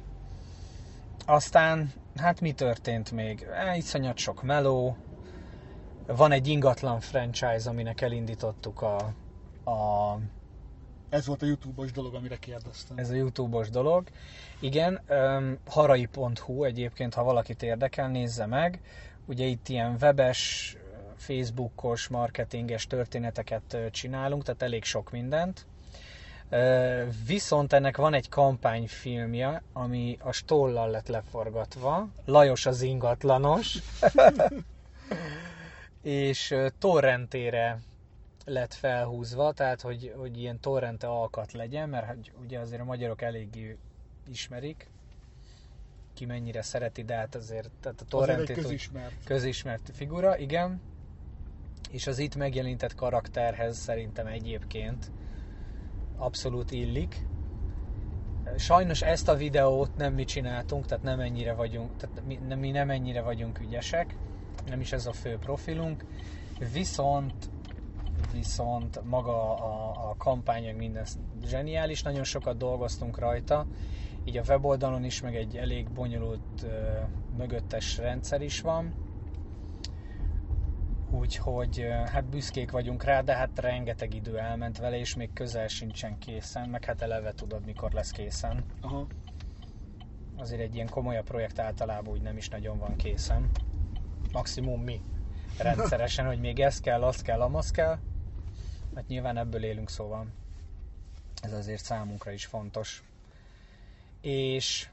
Aztán, hát mi történt még? Iszonyat sok meló. Van egy ingatlan franchise, aminek elindítottuk a... Ez volt a YouTube-os dolog, amire kérdeztem. Ez a YouTube-os dolog. Igen, harai.hu egyébként, ha valakit érdekel, nézze meg. Ugye itt ilyen webes, Facebookos, marketinges történeteket csinálunk, tehát elég sok mindent. Viszont ennek van egy kampányfilmje, ami a Stollal lett leforgatva, Lajos az ingatlanos, és torrentére lett felhúzva, tehát hogy ilyen torrente alkat legyen, mert ugye azért a magyarok eléggé ismerik, ki mennyire szereti, de hát azért tehát a torrentét közismert figura, igen. És az itt megjelentett karakterhez szerintem egyébként abszolút illik. Sajnos ezt a videót nem mi csináltunk, tehát nem ennyire vagyunk, tehát mi nem ennyire vagyunk ügyesek, nem is ez a fő profilunk, viszont maga a kampány, minden zseniális, nagyon sokat dolgoztunk rajta, így a weboldalon is, meg egy elég bonyolult mögöttes rendszer is van, úgyhogy hát büszkék vagyunk rá, de hát rengeteg idő elment vele, és még közel sincsen készen, meg hát eleve tudod, mikor lesz készen. Aha. Azért egy ilyen komolyabb projekt általában úgy nem is nagyon van készen. Maximum mi rendszeresen, hogy még ez kell, az kell, amaz kell. Hát nyilván ebből élünk, szóval ez azért számunkra is fontos. És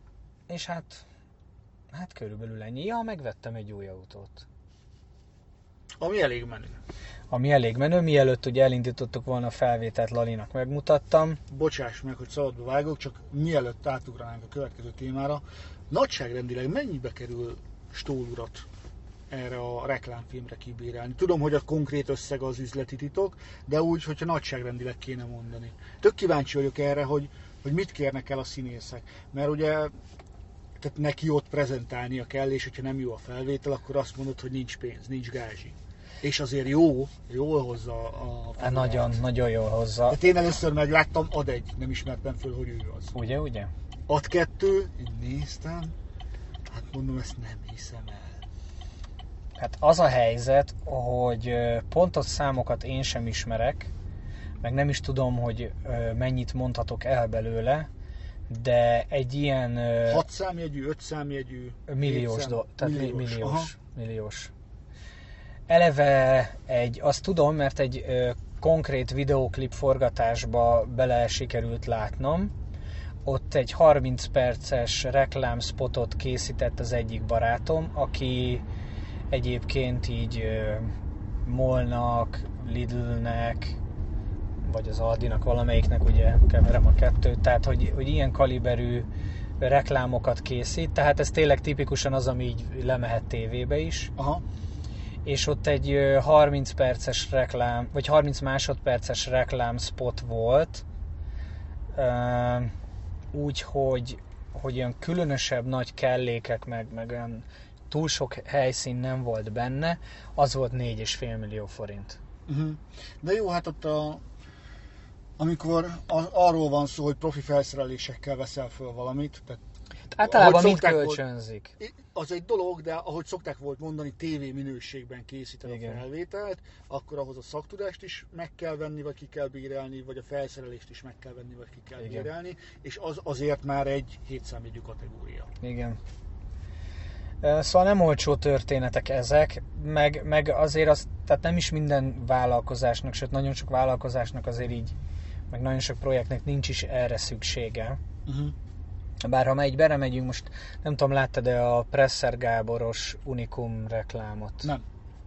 hát körülbelül ennyi. Ja, megvettem egy új autót. Ami elég menő. ami elég menő. Mielőtt ugye elindítottuk volna a felvételt, Lalinak megmutattam. Bocsáss meg, hogy szabadba vágok, csak mielőtt átugranánk a következő témára, nagyságrendileg mennyibe kerül Stoll urat erre a reklámfilmre kibírálni? Tudom, hogy a konkrét összeg az üzleti titok, de úgy, hogyha nagyságrendileg kéne mondani. Tök kíváncsi vagyok erre, hogy mit kérnek el a színészek. Mert ugye tehát neki ott prezentálnia kell, és hogyha nem jó a felvétel, akkor azt mondod, hogy nincs pénz, nincs gázsi. És azért jól hozza a Nagyon, nagyon jól hozza. Tehát én először megláttam, ad egy, nem ismertem föl, hogy ő az. Ugye? Ad 2, én néztem, hát mondom, ezt nem hiszem el. Hát az a helyzet, hogy pontos számokat én sem ismerek, meg nem is tudom, hogy mennyit mondhatok el belőle, de egy ilyen... 6 számjegyű, 5 számjegyű... Milliós. Eleve azt tudom, mert egy konkrét videóklip forgatásba bele sikerült látnom. Ott egy 30 perces reklámspotot készített az egyik barátom, aki egyébként így Molnak, Lidlnek, vagy az Aldinak valamelyiknek, ugye keverem a kettőt, tehát hogy ilyen kaliberű reklámokat készít, tehát ez tényleg tipikusan az, ami így lemehet tévébe is. Aha. És ott egy 30 perces reklám, vagy 30 másodperces reklámspot volt, úgyhogy olyan különösebb nagy kellékek, meg olyan túl sok helyszín nem volt benne, az volt 4,5 millió forint. De jó, hát ott amikor arról van szó, hogy profi felszerelésekkel veszel föl valamit, tehát általában mind kölcsönzik. Az egy dolog, de ahogy szokták volt mondani, TV minőségben készíted a felvételt, akkor ahhoz a szaktudást is meg kell venni, vagy ki kell bírálni, vagy a felszerelést is meg kell venni, vagy ki kell bírálni, és az azért már egy 7 számjegyű kategória. Igen. Szóval nem olcsó történetek ezek, meg azért tehát nem is minden vállalkozásnak, sőt nagyon sok vállalkozásnak azért így, meg nagyon sok projektnek nincs is erre szüksége. Bár ha így belemegyünk, most nem tudom, láttad-e a Presser Gáboros Unikum reklámot? Nem.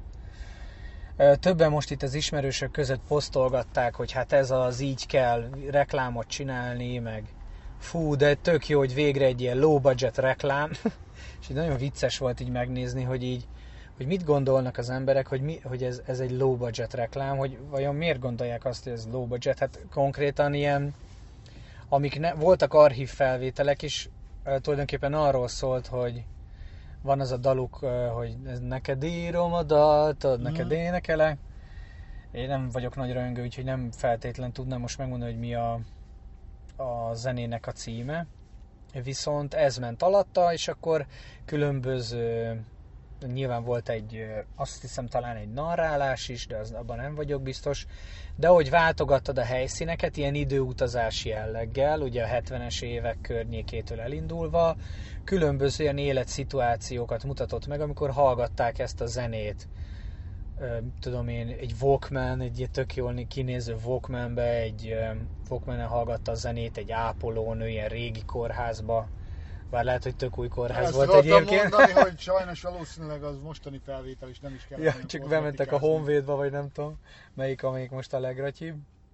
Többen most itt az ismerősök között posztolgatták, hogy hát ez az így kell reklámot csinálni, meg fú, de tök jó, hogy végre egy ilyen low budget reklám. És így nagyon vicces volt így megnézni, hogy mit gondolnak az emberek, hogy ez egy low budget reklám, hogy vajon miért gondolják azt, hogy ez low budget. Hát konkrétan ilyen, amik voltak archív felvételek is, tulajdonképpen arról szólt, hogy van az a daluk, hogy neked írom a dalt, neked énekelek. Én nem vagyok nagy rajongó, úgyhogy nem feltétlen tudnám most megmondani, hogy mi a zenének a címe. Viszont ez ment alatta, és akkor különböző, nyilván volt azt hiszem talán egy narrálás is, de abban nem vagyok biztos, de hogy váltogattad a helyszíneket, ilyen időutazási jelleggel, ugye a 70-es évek környékétől elindulva, különböző ilyen életszituációkat mutatott meg, amikor hallgatták ezt a zenét. Tudom én, egy Walkman, egy tök jól kinéző Walkmanbe, egy Walkman-en hallgatta a zenét egy ápolónő, ilyen régi kórházba. Bár lehet, hogy tök új kórház volt egyébként. Ezt mondani, hogy sajnos valószínűleg az mostani felvétel is nem is kell. Ja, csak bementek a Honvédba, vagy nem tudom, amelyik most a legratyibb.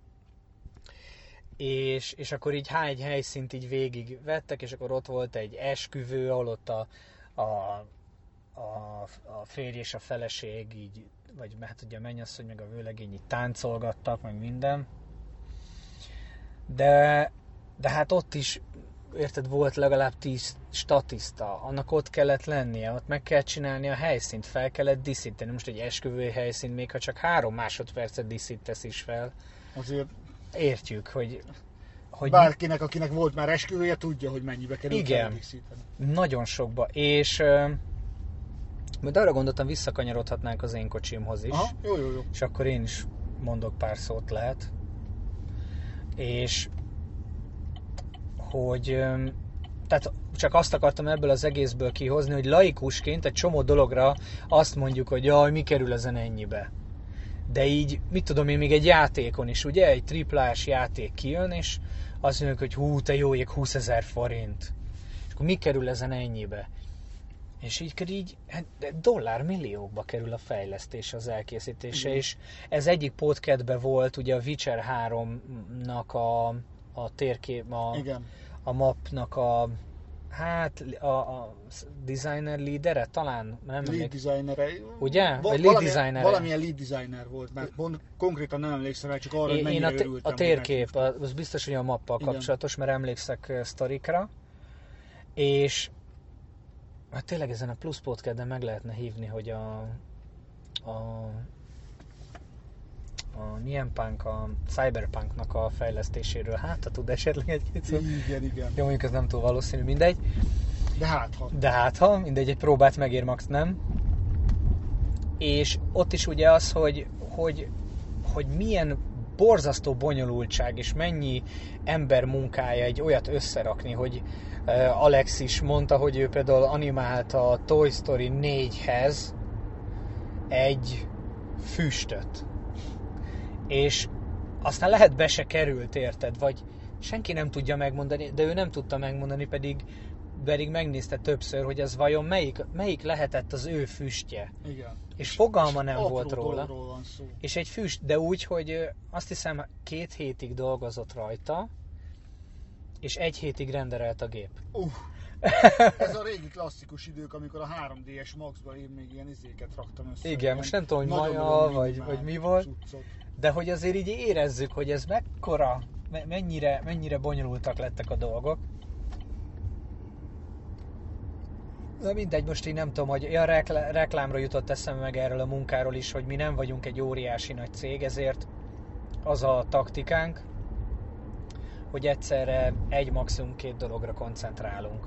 És akkor így hány helyszínt így végig vettek, és akkor ott volt egy esküvő, ahol ott a férj és a feleség így, vagy hát ugye a mennyasszony meg a vőlegény így táncolgattak, meg minden. De hát ott is, érted, volt legalább 10 statiszta, annak ott kellett lennie, ott meg kell csinálni a helyszínt, fel kellett díszíteni. Most egy esküvői helyszínt, még ha csak 3 másodpercet díszítesz is fel. Azért értjük, hogy bárkinek, akinek volt már esküvője, tudja, hogy mennyibe kerül feldíszíteni. Nagyon sokba, és majd arra gondoltam, visszakanyarodhatnánk az én kocsimhoz is. Aha, jó. És akkor én is mondok pár szót, lehet. És hogy tehát csak azt akartam ebből az egészből kihozni, hogy laikusként egy csomó dologra azt mondjuk, hogy jaj, mi kerül ezen ennyibe. De így, mit tudom én, még egy játékon is, ugye? Egy triplás játék kijön, és azt mondjuk, hogy hú, te jó ég, 20 000 forint. És akkor mi kerül ezen ennyibe? És így dollármilliókba kerül a fejlesztés, az elkészítése, és ez egyik podcastben volt, ugye a Witcher 3-nak a térkép, a mapnak a designer leadere talán? Nem lead designere. Ugye? Vagy lead designer. Valamilyen lead designer volt, mert konkrétan nem emlékszem rá, csak arra, hogy mennyire örültem. A térkép, az biztos, hogy a mappal kapcsolatos, mert emlékszek sztorikra. És hát tényleg ezen a Plus Podcast-en meg lehetne hívni, hogy a Nianpunk, a Cyberpunknak a fejlesztéséről ha tud esetleg egy-két szó. Igen. Jó, mondjuk ez nem túl valószínű, mindegy. De hát ha, mindegy, egy próbát megér, max nem. És ott is ugye az, hogy milyen borzasztó bonyolultság, és mennyi ember munkája egy olyat összerakni, hogy Alex is mondta, hogy ő például animálta a Toy Story 4-hez egy füstöt. És aztán lehet be se került, érted? Vagy senki nem tudja megmondani, de ő nem tudta megmondani, pedig megnézte többször, hogy ez vajon melyik lehetett az ő füstje. Igen. És fogalma nem volt róla. Van szó. És egy füst, de úgy, hogy azt hiszem 2 hétig dolgozott rajta, és 1 hétig renderelt a gép. Ez a régi klasszikus idők, amikor a 3DS Max-ban én még ilyen izéket raktam össze. Igen, most nem tudom, hogy maja, vagy mi volt, de hogy azért így érezzük, hogy ez mekkora, mennyire bonyolultak lettek a dolgok. De mindegy, most így nem tudom, hogy reklámra jutott eszembe meg erről a munkáról is, hogy mi nem vagyunk egy óriási nagy cég, ezért az a taktikánk, hogy egyszerre maximum 2 dologra koncentrálunk.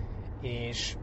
És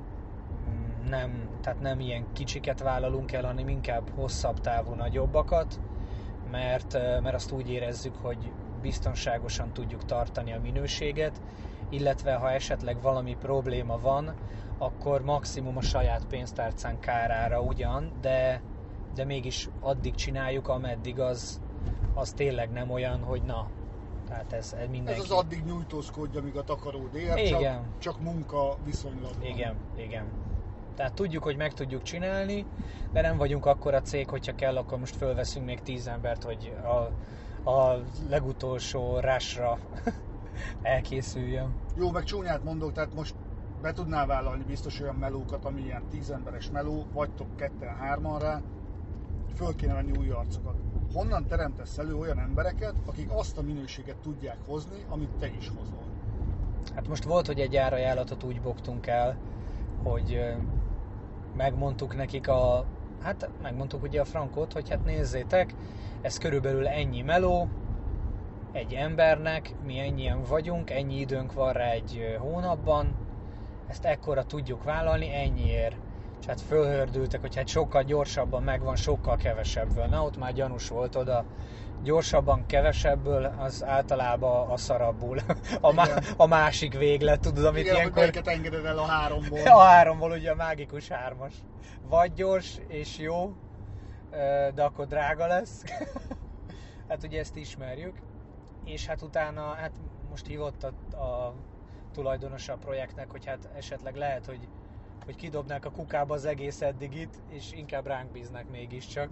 nem ilyen kicsiket vállalunk el, hanem inkább hosszabb távú nagyobbakat, mert azt úgy érezzük, hogy biztonságosan tudjuk tartani a minőséget, illetve ha esetleg valami probléma van, akkor maximum a saját pénztárcánk kárára ugyan, de mégis addig csináljuk, ameddig az tényleg nem olyan, hogy na, tehát ez mindenki... Ez az addig nyújtózkodja, amíg a takaród ér, csak munka viszonylatban. Igen. Tehát tudjuk, hogy meg tudjuk csinálni, de nem vagyunk akkora cég, hogyha kell, akkor most fölveszünk még 10 embert, hogy a legutolsó rushra elkészüljön. Jó, meg csúnyát mondok, tehát most be tudnál vállalni biztos olyan melókat, ami ilyen 10 emberes meló, vagytok 2-3-an rá, föl kéne venni új arcokat. Honnan teremtesz elő olyan embereket, akik azt a minőséget tudják hozni, amit te is hozol? Hát most volt, hogy egy árajánlatot úgy bogtunk el, hogy megmondtuk nekik megmondtuk ugye a frankot, hogy hát nézzétek, ez körülbelül ennyi meló egy embernek, mi ennyien vagyunk, ennyi időnk van rá egy hónapban, ezt ekkora tudjuk vállalni, ennyiért. És hát fölhördültek, hogy hát sokkal gyorsabban megvan, sokkal kevesebből. Na, ott már gyanús volt oda. Gyorsabban, kevesebből, az általában a szarabbul. A másik véglet, tudod, amit igen, ilyenkor... Igen, melyiket engeded el a 3-ból. A 3-ból ugye a mágikus 3-as. Vagy gyors és jó, de akkor drága lesz. Hát ugye ezt ismerjük. És hát utána, hát most hívott a tulajdonosa a projektnek, hogy hát esetleg lehet, hogy kidobnák a kukába az egész eddigit, és inkább ránk bíznak mégiscsak.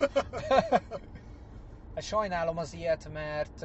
Hát sajnálom az ilyet, mert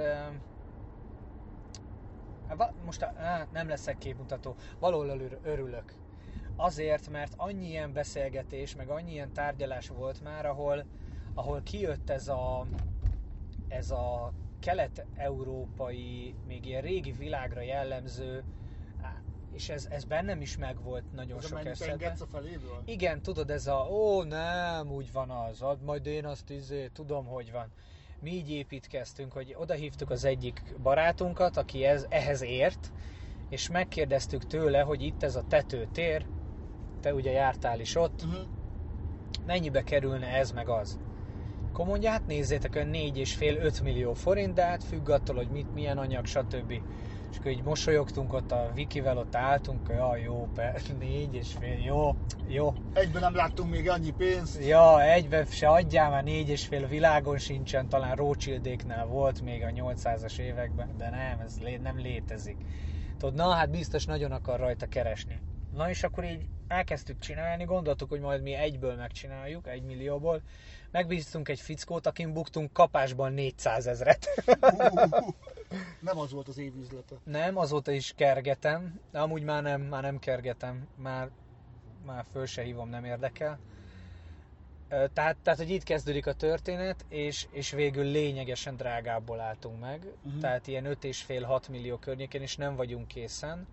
most nem leszek képmutató, valahol örülök. Azért, mert annyi ilyen beszélgetés, meg annyi ilyen tárgyalás volt már, ahol kijött ez a kelet-európai, még ilyen régi világra jellemző, és ez bennem is megvolt nagyon sok esetben. A feléből? Igen, tudod, ez nem, úgy van az, majd én azt tudom, hogy van. Mi így építkeztünk, hogy odahívtuk az egyik barátunkat, aki ehhez ért, és megkérdeztük tőle, hogy itt ez a tetőtér, te ugye jártál is ott, mennyibe kerülne ez meg az. Akkor mondja, hát nézzétek, olyan 4,5-5 millió forint, de hát függ attól, hogy milyen anyag, stb. És akkor így mosolyogtunk ott a Vikivel, ott álltunk, jó, 4,5, jó. Egyben nem láttunk még annyi pénzt. Ja, egyben se adjál már 4,5, világon sincsen, talán Rothschildéknál volt még a 800-as években, de nem, ez nem létezik. Tudod, na hát biztos nagyon akar rajta keresni. Na és akkor így elkezdtük csinálni, gondoltuk, hogy majd mi egyből megcsináljuk, 1 millióból. Megbíztunk egy fickót, akin buktunk kapásban 400 000-et. Nem az volt az év üzlete. Nem, azóta is kergetem, de amúgy már nem kergetem, már föl se hívom, nem érdekel. Tehát, hogy itt kezdődik a történet, és végül lényegesen drágábból álltunk meg. Tehát ilyen 5,5-6 millió környékén, és nem vagyunk készen.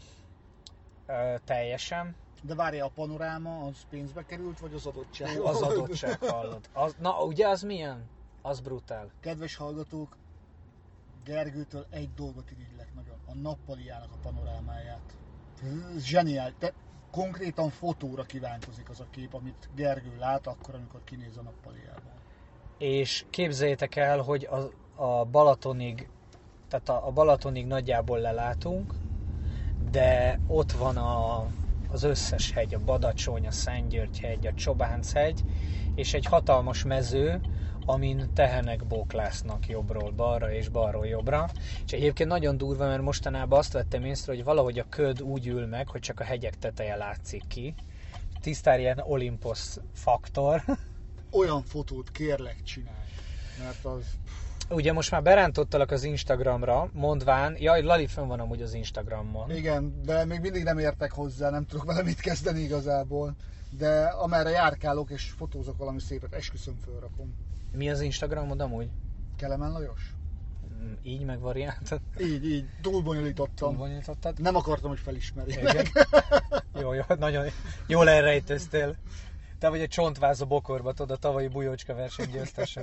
Teljesen. De várja, a panoráma az pénzbe került, vagy az adottság? Az adottság, hallod. Na, ugye az milyen? Az brutál. Kedves hallgatók, Gergőtől egy dolgot irigylek nagyon. A nappaliának a panorámáját. Ez zseniális. De konkrétan fotóra kívánkozik az a kép, amit Gergő lát akkor, amikor kinéz a nappaliából. És képzeljétek el, hogy a Balatonig, tehát a Balatonig nagyjából lelátunk, de ott van az összes hegy, a Badacsony, a Szentgyörgy-hegy, a Csobánc-hegy, és egy hatalmas mező, amin tehenek bóklásznak jobbról balra és balról jobbra. És egyébként nagyon durva, mert mostanában azt vettem észre, hogy valahogy a köd úgy ül meg, hogy csak a hegyek teteje látszik ki. Tisztán ilyen Olympus faktor. Olyan fotót kérlek csinálj, mert az... Ugye most már berántottalak az Instagramra, mondván, jaj, Lali fönn van amúgy az Instagramon. Igen, de még mindig nem értek hozzá, nem tudok vele mit kezdeni igazából. De amerre járkálok és fotózok valami szépet, esküszöm fölrakom. Mi az Instagramod amúgy? Kelemen Lajos? Így megvariáltad? Így, túlbonyolítottam. Túlbonyolítottad? Nem akartam, hogy felismerjék. Jó, nagyon jól elrejtőztél. Te vagy a csontváz a bokorba, tudod, a tavalyi bujócska verseny győztese.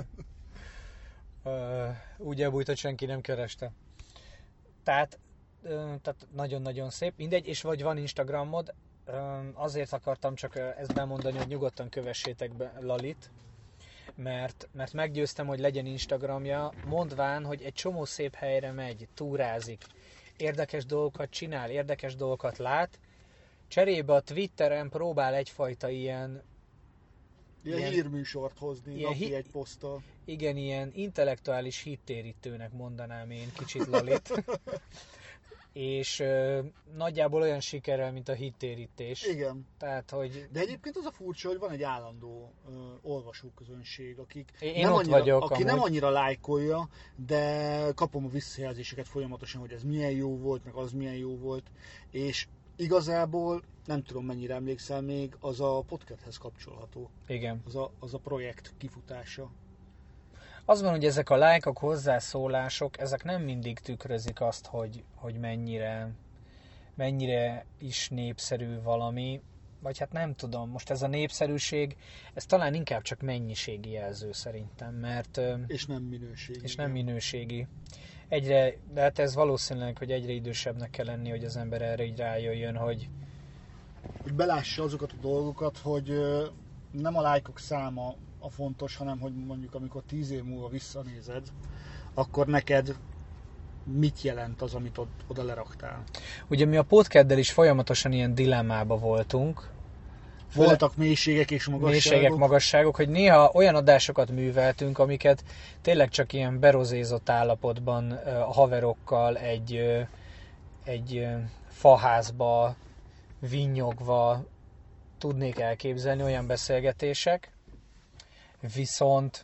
Úgy elbújt, hogy senki nem kereste. Tehát nagyon-nagyon szép. Mindegy, és vagy van Instagramod, azért akartam csak ezt bemondani, hogy nyugodtan kövessétek be Lalit, mert meggyőztem, hogy legyen Instagramja, mondván, hogy egy csomó szép helyre megy, túrázik, érdekes dolgokat csinál, érdekes dolgokat lát, cserébe a Twitteren próbál egyfajta ilyen hírműsort hozni, napi egy poszttal. Igen, ilyen intellektuális hittérítőnek mondanám én kicsit Lalit. És nagyjából olyan sikerrel, mint a hittérítés. Igen. Tehát, hogy... De egyébként az a furcsa, hogy van egy állandó olvasóközönség, aki nem annyira lájkolja, de kapom a visszajelzéseket folyamatosan, hogy ez milyen jó volt, meg az milyen jó volt, és igazából nem tudom mennyire emlékszel még, az a podcasthez kapcsolható. Igen. Az a projekt kifutása. Az van, hogy ezek a lájkok, hozzászólások, ezek nem mindig tükrözik azt, hogy mennyire is népszerű valami, vagy hát nem tudom, most ez a népszerűség, ez talán inkább csak mennyiségi jelző szerintem, mert... És nem minőségi. És nem minőségi. De hát ez valószínűleg, hogy egyre idősebbnek kell lenni, hogy az ember erre így rájöjjön, hogy belássa azokat a dolgokat, hogy nem a lájkok száma a fontos, hanem hogy mondjuk amikor 10 év múlva visszanézed, akkor neked mit jelent az, amit oda leraktál. Ugye mi a podcaddel is folyamatosan ilyen dilemmába voltunk. Voltak mélységek és magasságok. Hogy néha olyan adásokat műveltünk, amiket tényleg csak ilyen berozézott állapotban a haverokkal egy faházba vinnyogva tudnék elképzelni, olyan beszélgetések. Viszont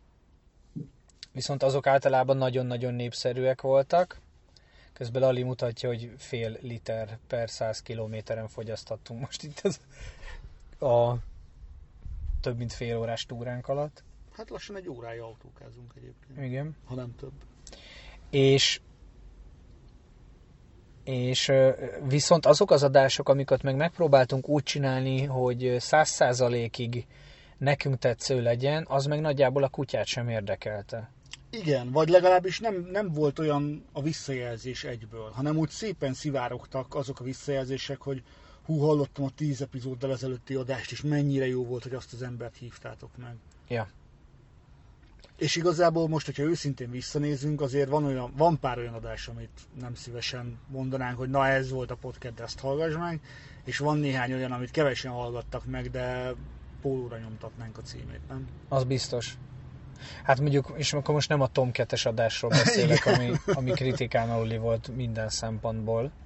azok általában nagyon-nagyon népszerűek voltak. Közben Lali mutatja, hogy fél liter per 100 kilométeren fogyasztottunk most itt a több mint fél órás túránk alatt. Hát lassan egy órája autókázunk egyébként. Igen. Ha nem több. És viszont azok az adások, amiket meg megpróbáltunk úgy csinálni, hogy 100%-ig nekünk tetsző legyen, az meg nagyjából a kutyát sem érdekelte. Igen, vagy legalábbis nem volt olyan a visszajelzés egyből, hanem úgy szépen szivárogtak azok a visszajelzések, hogy hallottam a 10 epizóddal ezelőtti adást, és mennyire jó volt, hogy azt az embert hívtátok meg. Ja. És igazából most, hogyha őszintén visszanézünk, azért van pár olyan adás, amit nem szívesen mondanánk, hogy na ez volt a podcast, de ezt hallgass meg, és van néhány olyan, amit kevesen hallgattak meg, de pólóra nyomtatnánk a címét, nem? Az biztos. Hát mondjuk, és akkor most nem a Tom 2-es adásról beszélek, ami kritikán aluli volt minden szempontból,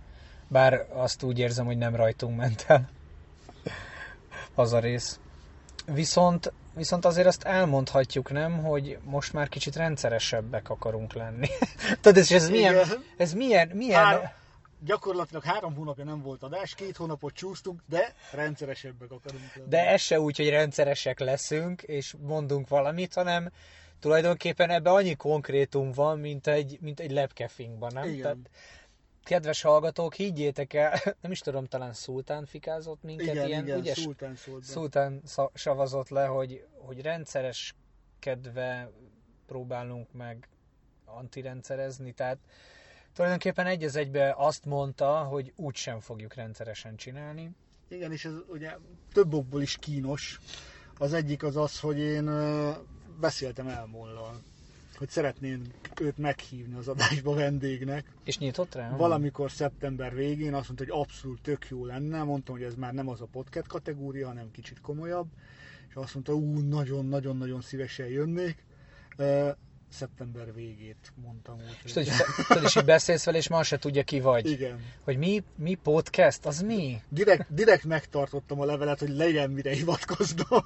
Bár azt úgy érzem, hogy nem rajtunk ment el az a rész. Viszont azért azt elmondhatjuk, nem, hogy most már kicsit rendszeresebbek akarunk lenni. Tudod, és ez milyen... Gyakorlatilag 3 hónapja nem volt adás, 2 hónapot csúsztunk, de rendszeresebbek akarunk lenni. De ez se úgy, hogy rendszeresek leszünk, és mondunk valamit, hanem tulajdonképpen ebben annyi konkrétum van, mint egy lepkefingban, nem? Igen. Tehát, kedves hallgatók, higgyétek el, nem is tudom, talán Szultán fikázott minket, Igen, ugye? Szultán savazott le, hogy rendszereskedve próbálunk meg antirendszerezni, tehát tulajdonképpen egy az egybe azt mondta, hogy úgysem fogjuk rendszeresen csinálni. Igen, és ez ugye több okból is kínos. Az egyik az, hogy én beszéltem Elmollal, hogy szeretném őt meghívni az adásba vendégnek. És nyitott rá? Valamikor szeptember végén azt mondta, hogy abszolút tök jó lenne. Mondtam, hogy ez már nem az a podcast kategória, hanem kicsit komolyabb. És azt mondta, nagyon-nagyon-nagyon szívesen jönnék. Szeptember végét mondtam úgy. És tudod, és így beszélsz vele, és ma se tudja, ki vagy. Igen. Hogy mi podcast? Az mi? Direkt megtartottam a levelet, hogy legyen mire hivatkoznom.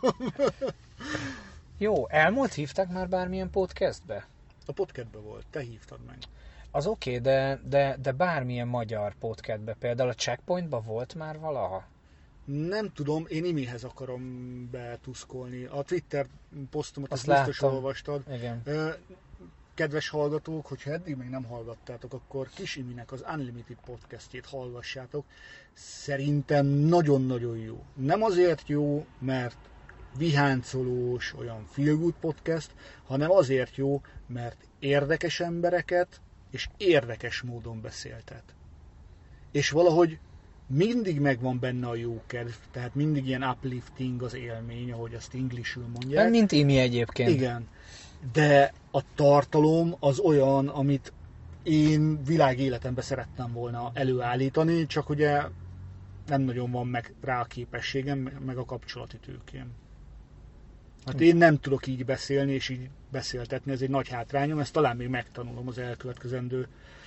Jó, Elmúlt hívták már bármilyen podcastbe? A podcastbe volt, te hívtad meg. Az oké, de bármilyen magyar podcastbe, például a Checkpointba volt már valaha? Nem tudom, én Imihez akarom betuszkolni. A Twitter posztomat azt biztos olvastad. Igen. Kedves hallgatók, hogyha eddig még nem hallgattátok, akkor Kis Iminek az Unlimited podcastjét hallgassátok. Szerintem nagyon-nagyon jó. Nem azért jó, mert viháncolós, olyan feel good podcast, hanem azért jó, mert érdekes embereket és érdekes módon beszéltet. És valahogy mindig megvan benne a jó kedv, tehát mindig ilyen uplifting az élmény, ahogy azt Englishül mondják. Mint Imi egyébként. Igen, de a tartalom az olyan, amit én világéletemben szerettem volna előállítani, csak ugye nem nagyon van meg rá a képességem, meg a kapcsolati tőkém. Hát én nem tudok így beszélni és így beszéltetni, ez egy nagy hátrányom, ezt talán még megtanulom az elkövetkezendő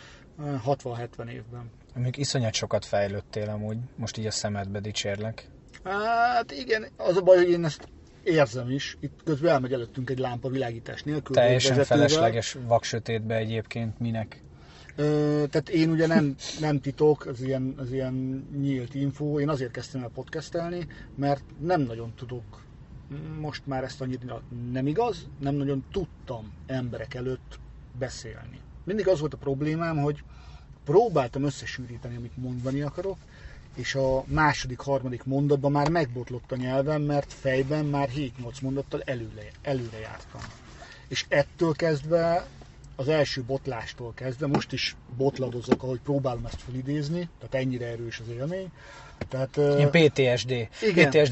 60-70 évben. Még iszonyat sokat fejlődtél amúgy, most így a szemedbe dicsérlek. Hát igen, az a baj, hogy én ezt érzem is. Itt közben elmegy előttünk egy lámpa világítás nélkül. Teljesen felesleges vaksötétbe egyébként, minek? Tehát én ugye nem titok, az ilyen nyílt info. Én azért kezdtem el podcastelni, mert nem nagyon tudok, most már ezt annyira nem igaz, nem nagyon tudtam emberek előtt beszélni. Mindig az volt a problémám, hogy próbáltam összesűríteni, amit mondani akarok, és a második, harmadik mondatban már megbotlott a nyelvem, mert fejben már 7-8 mondattal előre jártam. És ettől kezdve, az első botlástól kezdve, most is botladozok, ahogy próbálom ezt felidézni, tehát ennyire erős az élmény. Tehát, ilyen PTSD. Igen. PTSD.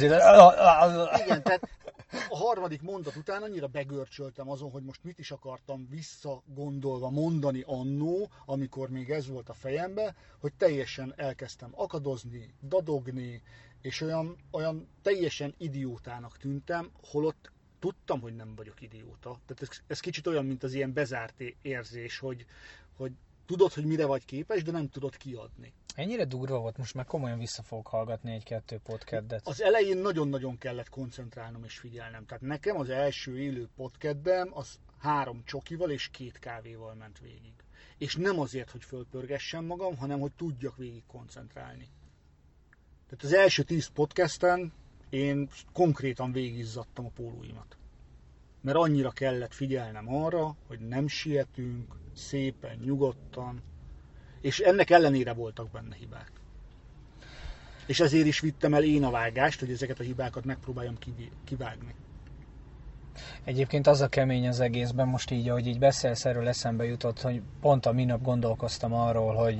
Igen, tehát a harmadik mondat után annyira begörcsöltem azon, hogy most mit is akartam visszagondolva mondani annó, amikor még ez volt a fejembe, hogy teljesen elkezdtem akadozni, dadogni, és olyan teljesen idiótának tűntem, holott tudtam, hogy nem vagyok idióta. Tehát ez kicsit olyan, mint az ilyen bezárt érzés, hogy tudod, hogy mire vagy képes, de nem tudod kiadni. Ennyire durva volt, most már komolyan vissza fogok hallgatni egy-kettő podcastet. Az elején nagyon-nagyon kellett koncentrálnom és figyelnem. Tehát nekem az első élő podcastben az 3 csokival és 2 kávéval ment végig. És nem azért, hogy fölpörgessem magam, hanem hogy tudjak végig koncentrálni. Tehát az első 10 podcasten én konkrétan végizzadtam a pólóimat. Mert annyira kellett figyelnem arra, hogy nem sietünk, szépen, nyugodtan, és ennek ellenére voltak benne hibák. És ezért is vittem el én a vágást, hogy ezeket a hibákat megpróbáljam kivágni. Egyébként az a kemény az egészben, most így, ahogy így beszélsz, erről eszembe jutott, hogy pont a minap gondolkoztam arról,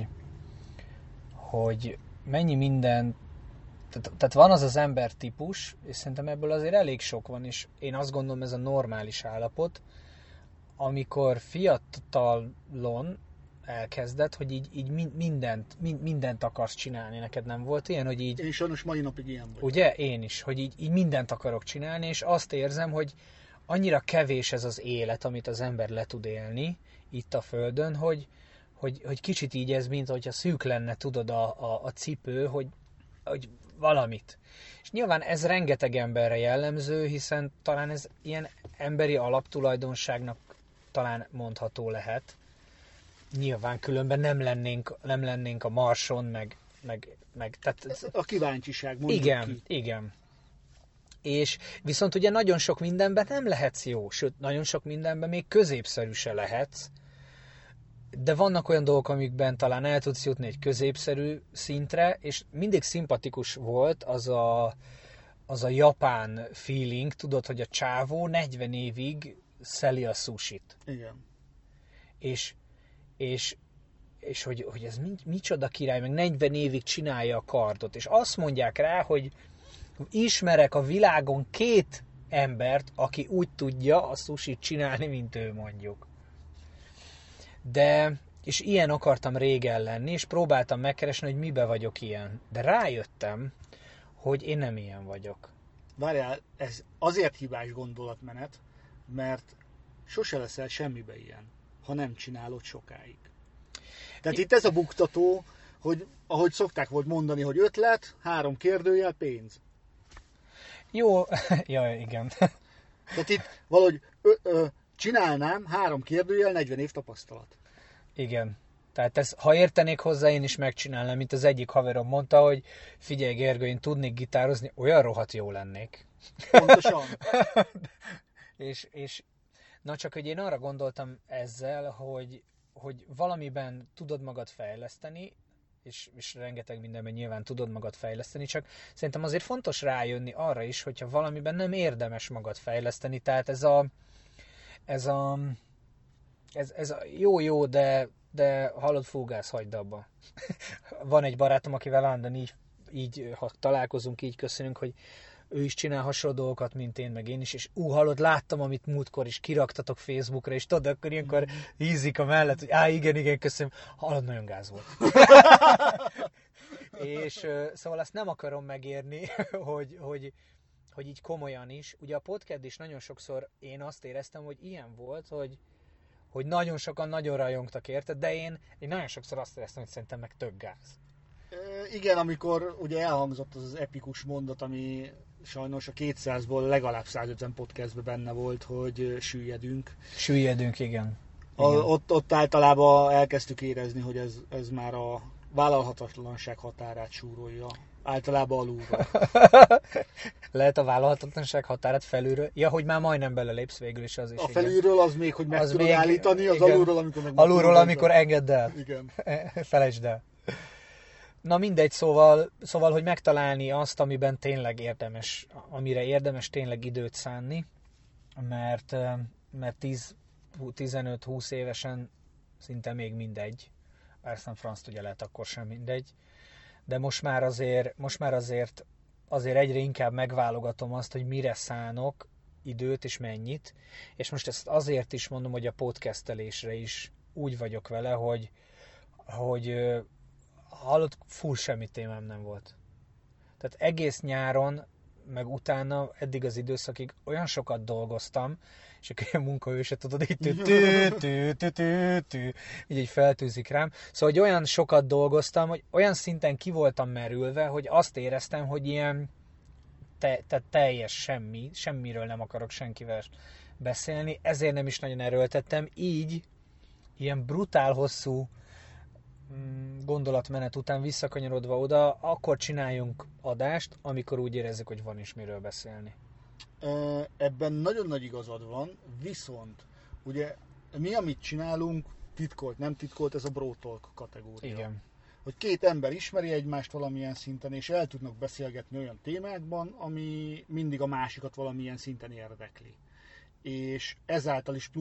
hogy mennyi minden, tehát van az az embertípus, és szerintem ebből azért elég sok van, és én azt gondolom, ez a normális állapot, amikor fiatalon elkezded, hogy így mindent akarsz csinálni. Neked nem volt ilyen, hogy így... Én sajnos mai napig ilyen vagyok. Ugye? Én is, hogy így mindent akarok csinálni, és azt érzem, hogy annyira kevés ez az élet, amit az ember le tud élni itt a Földön, hogy kicsit így ez, mint hogyha szűk lenne, tudod, a cipő, hogy valamit. És nyilván ez rengeteg emberre jellemző, hiszen talán ez ilyen emberi alaptulajdonságnak talán mondható lehet. Nyilván különben nem lennénk a Marson, meg tehát... Ez a kíváncsiság, mondjuk igen, ki. Igen. És viszont ugye nagyon sok mindenben nem lehetsz jó, sőt, nagyon sok mindenben még középszerű se lehetsz, de vannak olyan dolgok, amikben talán el tudsz jutni egy középszerű szintre, és mindig szimpatikus volt az a japán feeling, tudod, hogy a csávó 40 évig szeli a sushit. Igen. És hogy ez micsoda király, meg 40 évig csinálja a kardot, és azt mondják rá, hogy ismerek a világon 2 embert, aki úgy tudja a sushit csinálni, mint ő, mondjuk. És ilyen akartam régen lenni, és próbáltam megkeresni, hogy mibe vagyok ilyen. De rájöttem, hogy én nem ilyen vagyok. Várjál, ez azért hibás gondolatmenet, mert sose leszel semmibe ilyen, ha nem csinálod sokáig. Tehát itt ez a buktató, hogy ahogy szokták volt mondani, hogy ötlet, 3 kérdőjel, pénz. Jó, ja, igen. Tehát itt valahogy csinálnám, 3 kérdőjel, 40 év tapasztalat. Igen. Tehát ha értenék hozzá, én is megcsinálnám, mint az egyik haverom mondta, hogy figyelj Gergő, én tudnék gitározni, olyan rohadt jó lennék. Pontosan. és na csak, hogy én arra gondoltam ezzel, hogy valamiben tudod magad fejleszteni, és rengeteg mindenben nyilván tudod magad fejleszteni, csak szerintem azért fontos rájönni arra is, hogyha valamiben nem érdemes magad fejleszteni, tehát ez a jó, de hallod, fúgász, hagyd abba. Van egy barátom, akivel állandóan így, ha találkozunk, így köszönünk, hogy ő is csinál hasonló dolgokat, mint én, meg én is, és hallod, láttam, amit múltkor is kiraktatok Facebookra, és tudod, akkor ilyenkor hízik a mellett, hogy igen, köszönöm, hallod, nagyon gáz volt. És szóval azt nem akarom megérni, hogy így komolyan is. Ugye a podcast is nagyon sokszor én azt éreztem, hogy ilyen volt, hogy nagyon sokan nagyon rajongtak érte, de én nagyon sokszor azt éreztem, hogy szerintem meg tök gáz. Igen, amikor ugye elhangzott az epikus mondat, ami sajnos a 200-ból legalább 150 podcastben benne volt, hogy süllyedünk. Süllyedünk, igen. Ott általában elkezdtük érezni, hogy ez már a vállalhatatlanság határát súrolja. Általában alulról. Lehet a vállalhatatlanság határát felülről? Ja, hogy már majdnem belelépsz végül is az is. A felülről az még, hogy meg az tudod még, állítani, az igen. Alulról, amikor meg... Alulról, amikor engedd el. Igen. Felejtsd el. Na mindegy, szóval, hogy megtalálni azt, amiben tényleg érdemes, amire érdemes tényleg időt szánni, mert 10-15-20 évesen szinte még mindegy. Aztán franc ugye lehet, akkor sem mindegy. De most már azért egyre inkább megválogatom azt, hogy mire szánok időt és mennyit. És most ezt azért is mondom, hogy a podcastelésre is úgy vagyok vele, hogy hallott, full semmi témám nem volt. Tehát egész nyáron, meg utána, eddig az időszakig olyan sokat dolgoztam, és akkor ilyen munkaőse, tudod, így feltűzik rám. Szóval, hogy olyan sokat dolgoztam, hogy olyan szinten ki voltam merülve, hogy azt éreztem, hogy ilyen teljes semmiről nem akarok senkivel beszélni, ezért nem is nagyon erőltettem, így ilyen brutál hosszú gondolatmenet után visszakanyarodva oda, akkor csináljunk adást, amikor úgy érezzük, hogy van is miről beszélni. Ebben nagyon nagy igazad van, viszont ugye mi, amit csinálunk, titkolt, nem titkolt, ez a bro talk kategória. Igen. Hogy 2 ember ismeri egymást valamilyen szinten, és el tudnak beszélgetni olyan témákban, ami mindig a másikat valamilyen szinten érdekli. És ezáltal is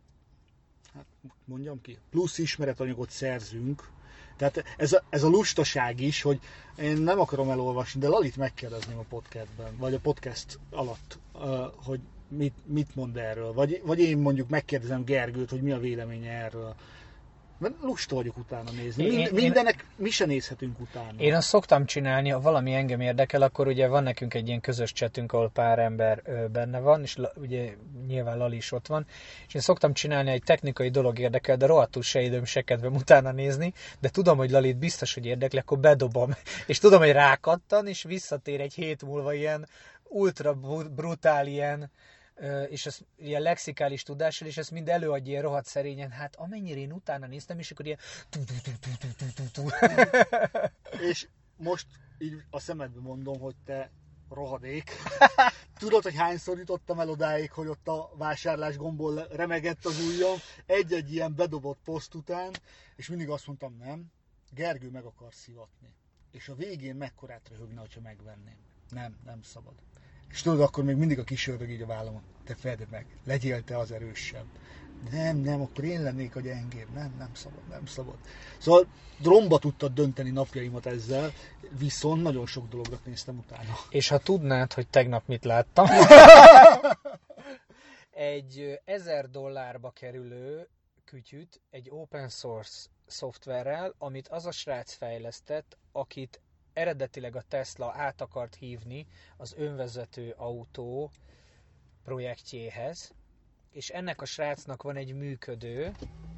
plusz ismeretanyagot szerzünk. Tehát ez a lustaság is, hogy én nem akarom elolvasni, de Lalit megkérdezném a podcastben, vagy a podcast alatt, hogy mit mond erről. Vagy én mondjuk megkérdezem Gergőt, hogy mi a véleménye erről. Mert lusta vagyok utána nézni. Mindenek mi se nézhetünk utána. Én azt szoktam csinálni, ha valami engem érdekel, akkor ugye van nekünk egy ilyen közös chatünk, ahol pár ember benne van, és ugye nyilván Lali is ott van, és én szoktam csinálni, egy technikai dolog érdekel, de rohadtul se időm, se kedvem utána nézni, de tudom, hogy Lalit biztos, hogy érdekli, akkor bedobom. És tudom, hogy rákattan, és visszatér egy hét múlva ilyen ultra brutál ilyen, és ez ilyen lexikális tudással, és ezt mind előadja ilyen rohadt szerényen, hát amennyire én utána néztem, és akkor ilyen És most így a szemedbe mondom, hogy te rohadék. Tudod, hogy hányszor jutottam el odáig, hogy ott a vásárlás gombol remegett az ujjam egy-egy ilyen bedobott poszt után, és mindig azt mondtam, nem, Gergő meg akar szivatni. És a végén mekkorát röhögne, hogyha megvenném. Nem szabad. És tudod, akkor még mindig a kis ördög így a vállamon. Te fedd meg, legyél te az erősebb. Nem, akkor én lennék a gyengébb. Nem szabad. Szóval romba tudtad dönteni napjaimat ezzel, viszont nagyon sok dologra néztem utána. És ha tudnád, hogy tegnap mit láttam. Egy $1000 kerülő kütyüt egy open source szoftverrel, amit az a srác fejlesztett, akit eredetileg a Tesla át akart hívni az önvezető autó projektjéhez, és ennek a srácnak van egy működő...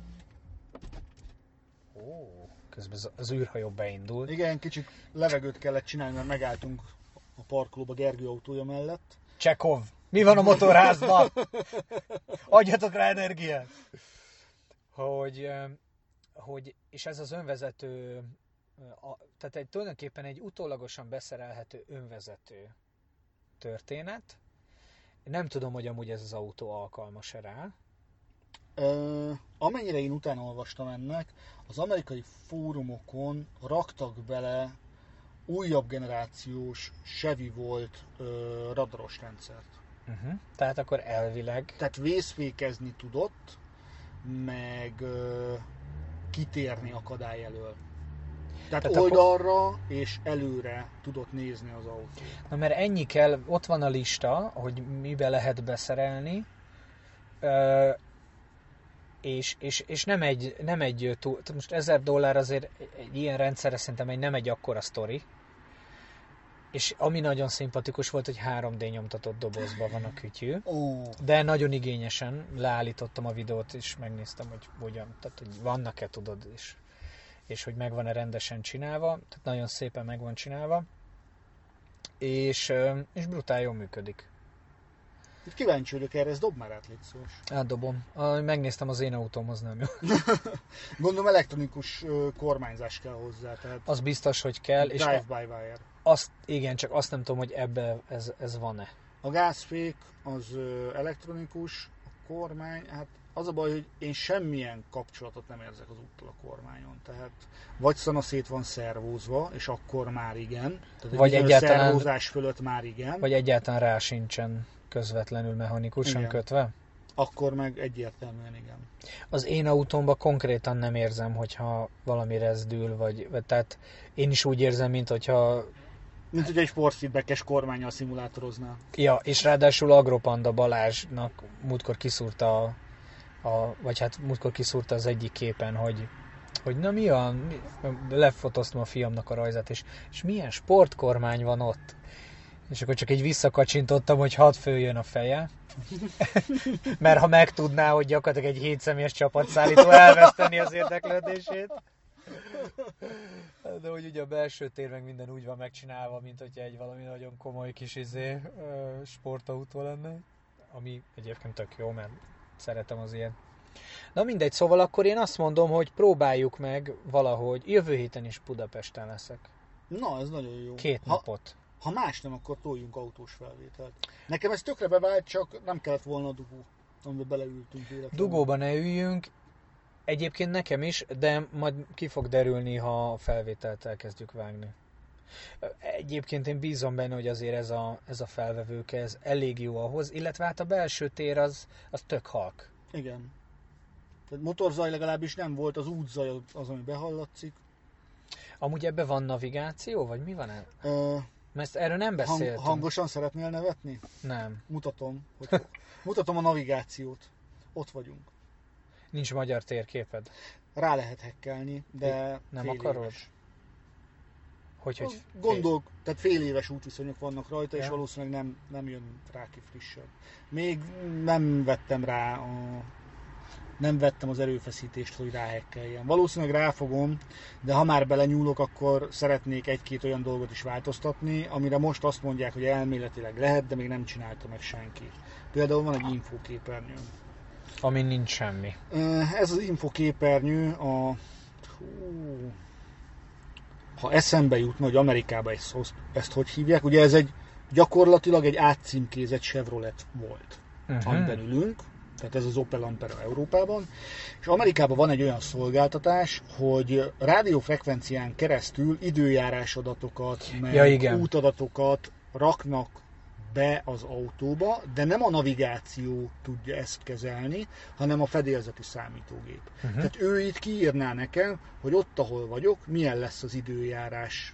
Közben az űrhajó beindul. Igen, kicsit levegőt kellett csinálni, mert megálltunk a parkolóba Gergő autója mellett. Csekov! Mi van a motorházban? Adjatok rá energiát! És ez az önvezető... Tehát tulajdonképpen egy utólagosan beszerelhető önvezető történet. Nem tudom, hogy amúgy ez az autó alkalmas-e rá. Amennyire én utána olvastam ennek, az amerikai fórumokon raktak bele újabb generációs Chevy Volt radaros rendszert. Tehát akkor elvileg... Tehát vészfékezni tudott, meg kitérni akadály elől. Tehát oldalra és előre tudott nézni az autó. Na mert ennyi kell, ott van a lista, hogy mibe lehet beszerelni, és nem egy most $1000 azért egy ilyen rendszerre szerintem nem egy akkora sztori. És ami nagyon szimpatikus volt, hogy 3D nyomtatott dobozban van a kütyű. De nagyon igényesen leállítottam a videót, és megnéztem, hogy hogyan, tehát hogy vannak-e, tudod, és hogy meg van-e rendesen csinálva, tehát nagyon szépen meg van csinálva, és brutál jól működik. Kíváncsi vagyok erre, ez dob már át, légy szíves. Átdobom. Megnéztem, az én autómhoz nem jó. Gondolom elektronikus kormányzás kell hozzá, tehát... Az biztos, hogy kell. Drive-by-wire. Igen, csak azt nem tudom, hogy ebbe ez van-e. A gázfék az elektronikus, a kormány, hát az a baj, hogy én semmilyen kapcsolatot nem érzek az úttal a kormányon. Tehát vagy szanaszét van szervózva, és akkor már igen. Tehát vagy egyáltalán szervózás fölött már igen. Vagy egyáltalán rá sincsen közvetlenül mechanikusan kötve. Akkor meg egyértelműen igen. Az én autómban konkrétan nem érzem, hogyha valami rezdül, vagy tehát én is úgy érzem, mint hogy egy sportfeedbackes kormánnyal szimulátoroznál. Ja, és ráadásul Agropanda Balázsnak múltkor kiszúrta múltkor kiszúrta az egyik képen, hogy na mi a... Lefotóztam a fiamnak a rajzát, és milyen sportkormány van ott. És akkor csak egy visszakacsintottam, hogy hadd följön a feje. Mert ha megtudná, hogy gyakorlatilag egy 7 személyes csapatszállító elveszteni az érdeklődését. De hogy ugye a belső tér meg minden úgy van megcsinálva, mint hogyha egy valami nagyon komoly kis sportautó lenne. Ami egyébként tök jó, mert szeretem az ilyen. Na mindegy, szóval akkor én azt mondom, hogy próbáljuk meg valahogy. Jövő héten is Budapesten leszek. Na, ez nagyon jó. 2 napot. Ha más nem, akkor toljunk autós felvételt. Nekem ez tökre bevált, csak nem kellett volna a dugó, amiben beleültünk véletlenül. Dugóba ne üljünk. Egyébként nekem is, de majd ki fog derülni, ha a felvételt elkezdjük vágni. Egyébként én bízom benne, hogy azért ez a felvevőke, ez elég jó ahhoz, illetve hát a belső tér az tök halk. Igen. Tehát motorzaj legalábbis nem volt, az útzaj az, ami behallatszik. Amúgy ebben van navigáció, vagy mi van? Mert erről nem beszéltünk. Hangosan szeretnél nevetni? Nem. Mutatom a navigációt. Ott vagyunk. Nincs magyar térképed? Rá lehet hackelni, de nem akarod? Hogy tehát fél éves útviszonyok vannak rajta, és valószínűleg nem jön rá ki frissebb. Még nem vettem az erőfeszítést, hogy ráhekkeljem. Valószínűleg ráfogom, de ha már belenyúlok, akkor szeretnék egy-két olyan dolgot is változtatni, amire most azt mondják, hogy elméletileg lehet, de még nem csinálta meg senki. Például van egy infoképernyő. Amin nincs semmi. Ez az infoképernyő ha eszembe jutna, hogy Amerikában ezt hogy hívják, ugye ez gyakorlatilag egy átcímkézett Chevrolet volt, amiben ülünk, tehát ez az Opel Ampera Európában, és Amerikában van egy olyan szolgáltatás, hogy rádiófrekvencián keresztül időjárás adatokat, meg útadatokat raknak be az autóba, de nem a navigáció tudja ezt kezelni, hanem a fedélzeti számítógép. Tehát ő itt kiírná nekem, hogy ott, ahol vagyok, milyen lesz az időjárás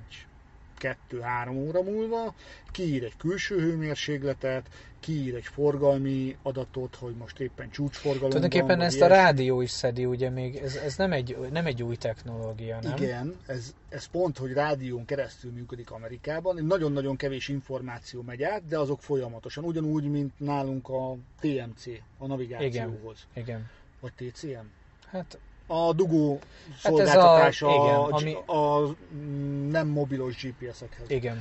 1-2-3 óra múlva, kiír egy külső hőmérsékletet, kiír egy forgalmi adatot, hogy most éppen csúcsforgalom van. Tulajdonképpen ezt a rádió is szedi, ugye még ez nem egy új technológia, nem? Igen, ez pont, hogy rádión keresztül működik Amerikában. Nagyon-nagyon kevés információ megy át, de azok folyamatosan. Ugyanúgy, mint nálunk a TMC, a navigációhoz. Igen. Vagy TCM? Hát a dugó szolgáltatás a nem mobilos GPS-ekhez. Igen.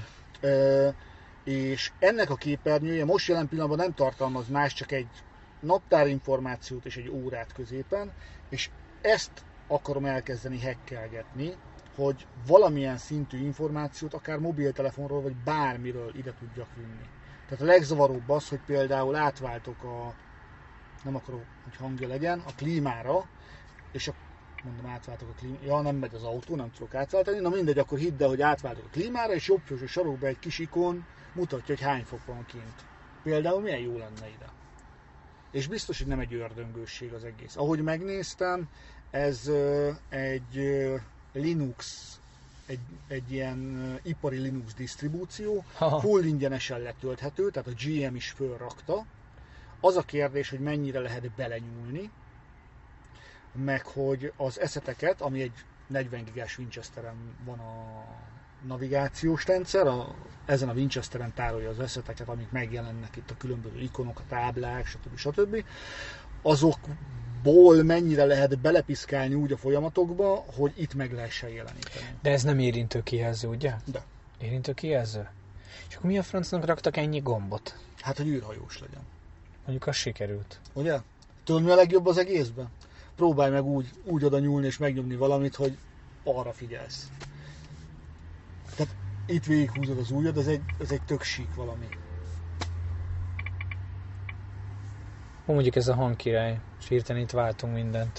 És ennek a képernyője most jelen pillanatban nem tartalmaz más, csak egy naptárinformációt és egy órát középen, és ezt akarom elkezdeni hackelgetni, hogy valamilyen szintű információt, akár mobiltelefonról, vagy bármiről ide tudjak vinni. Tehát a legzavaróbb az, hogy például átváltok nem akarom, hogy hangja legyen, a klímára, és átváltok a klímára, ja, nem megy az autó, nem tudok átváltani, na mindegy, akkor hidd el, hogy átváltok a klímára, és jobb felső sarokban egy kis ikon mutatja, hogy hány fok van kint. Például milyen jó lenne ide. És biztos, hogy nem egy ördöngősség az egész. Ahogy megnéztem, ez egy Linux, egy ilyen ipari Linux disztribúció, full ingyenesen letölthető, tehát a GM is fölrakta. Az a kérdés, hogy mennyire lehet belenyúlni, meg hogy az eszeteket, ami egy 40 gigás Winchesteren van a navigációs rendszer, ezen a Winchesteren tárolja az eszeteket, amik megjelennek itt a különböző ikonok, a táblák, stb. Azokból mennyire lehet belepiszkálni úgy a folyamatokba, hogy itt meg lehessen jeleníteni. De ez nem érintő kijelző, ugye? De. Érintő kijelző? És akkor mi a francnak raktak ennyi gombot? Hát, hogy űrhajós legyen. Mondjuk az sikerült. Ugye? Tudod, mi a legjobb az egészben? Próbálj meg úgy oda nyúlni és megnyomni valamit, hogy arra figyelsz. Tehát itt végighúzod az ujjad, ez egy tök sík valami. Mondjuk ez a hangkirály, és hirtelen itt váltunk mindent.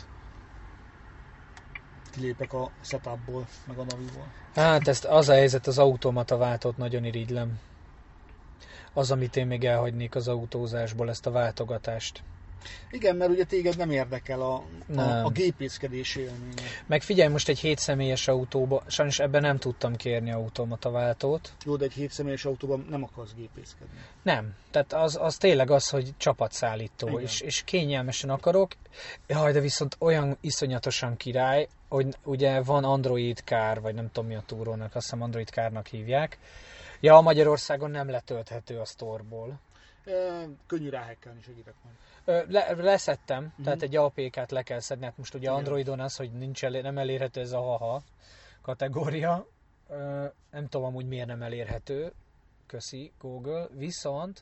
Kilépek a setupból, meg a naviból. Hát az a helyzet, az automata váltót nagyon irigylem. Az, amit én még elhagynék az autózásból, ezt a váltogatást. Igen, mert ugye téged nem érdekel a gépészkedés élménye. Meg figyelj, most egy 7 személyes autóba, sajnos ebben nem tudtam kérni automata váltót. Jó, de egy 7 személyes autóban nem akarsz gépészkedni. Nem, tehát az tényleg az, hogy csapatszállító, és kényelmesen akarok. Jaj, de viszont olyan iszonyatosan király, hogy ugye van Android Car, vagy nem tudom mi a túrónak, azt hiszem Android Car-nak hívják. Ja, Magyarországon nem letölthető a sztorból. Könnyű ráhekkelni, segítek majd. Leszettem, tehát egy APK-t le kell szedni, hát most ugye Androidon az, hogy nem elérhető ez a haha kategória, nem tudom amúgy miért nem elérhető, köszi Google, viszont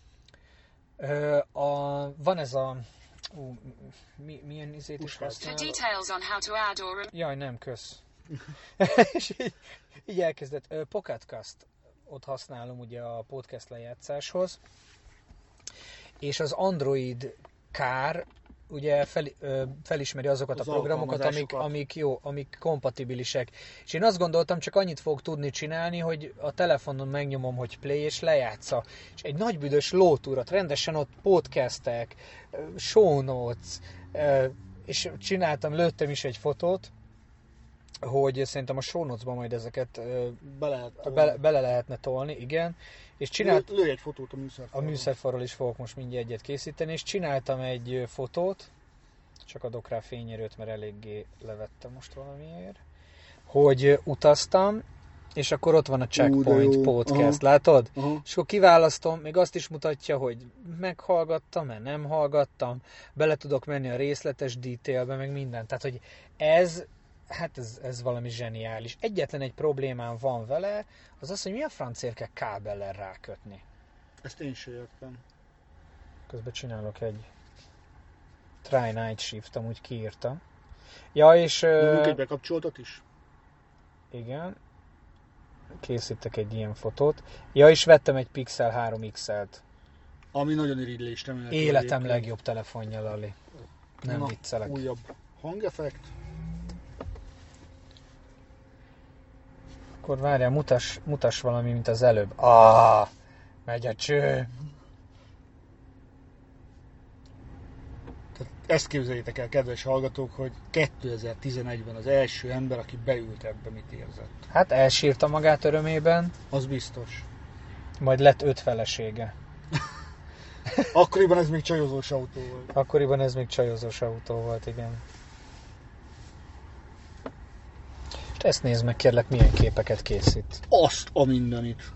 van ez a milyen izét is használ? Jaj, nem, kösz. És így elkezdett. Pocketcast ott használom ugye a podcast lejátszáshoz, és az Android Car ugye felismeri azokat a programokat, amik kompatibilisek. És én azt gondoltam, csak annyit fog tudni csinálni, hogy a telefonon megnyomom, hogy play, és lejátsza. És egy nagy büdös lótúrat, rendesen ott podcastek, show notes, és lőttem is egy fotót, hogy szerintem a show notes-ban majd ezeket bele lehetne tolni, igen. És lőj egy fotót a műszerfalról. A műszerfalról is fogok most mindjárt egyet készíteni, és csináltam egy fotót, Csak adok rá fényerőt, mert eléggé levettem most valamiért. Hogy utaztam, és akkor ott van a Checkpoint podcast, látod? És akkor kiválasztom, még azt is mutatja, hogy meghallgattam-e, nem hallgattam, bele tudok menni a részletes detailbe, meg minden. Tehát, hogy ez valami zseniális. Egyetlen egy problémám van vele, az az, hogy mi a francért kell kábellel rákötni. Ezt én sem értem. Közben csinálok egy Try Night Shift, amúgy kiírtam. Ja, és... Mondjuk egy bekapcsoltat is? Igen. Készítek egy ilyen fotót. Ja, és vettem egy Pixel 3 XL-t. Ami nagyon irigylés, remélem. Életem legjobb telefonja, Lali. Nem viccelek. Újabb hangeffekt. Akkor várjál, mutass valami, mint az előbb. Megy a cső. Tehát ezt képzeljétek el, kedves hallgatók, hogy 2011-ben az első ember, aki beült ebbe, mit érzett. Hát elsírta magát örömében. Az biztos. Majd lett 5 felesége. Akkoriban ez még csajozós autó volt. Igen. És ezt nézd meg, kérlek, milyen képeket készít. Azt a mindenit.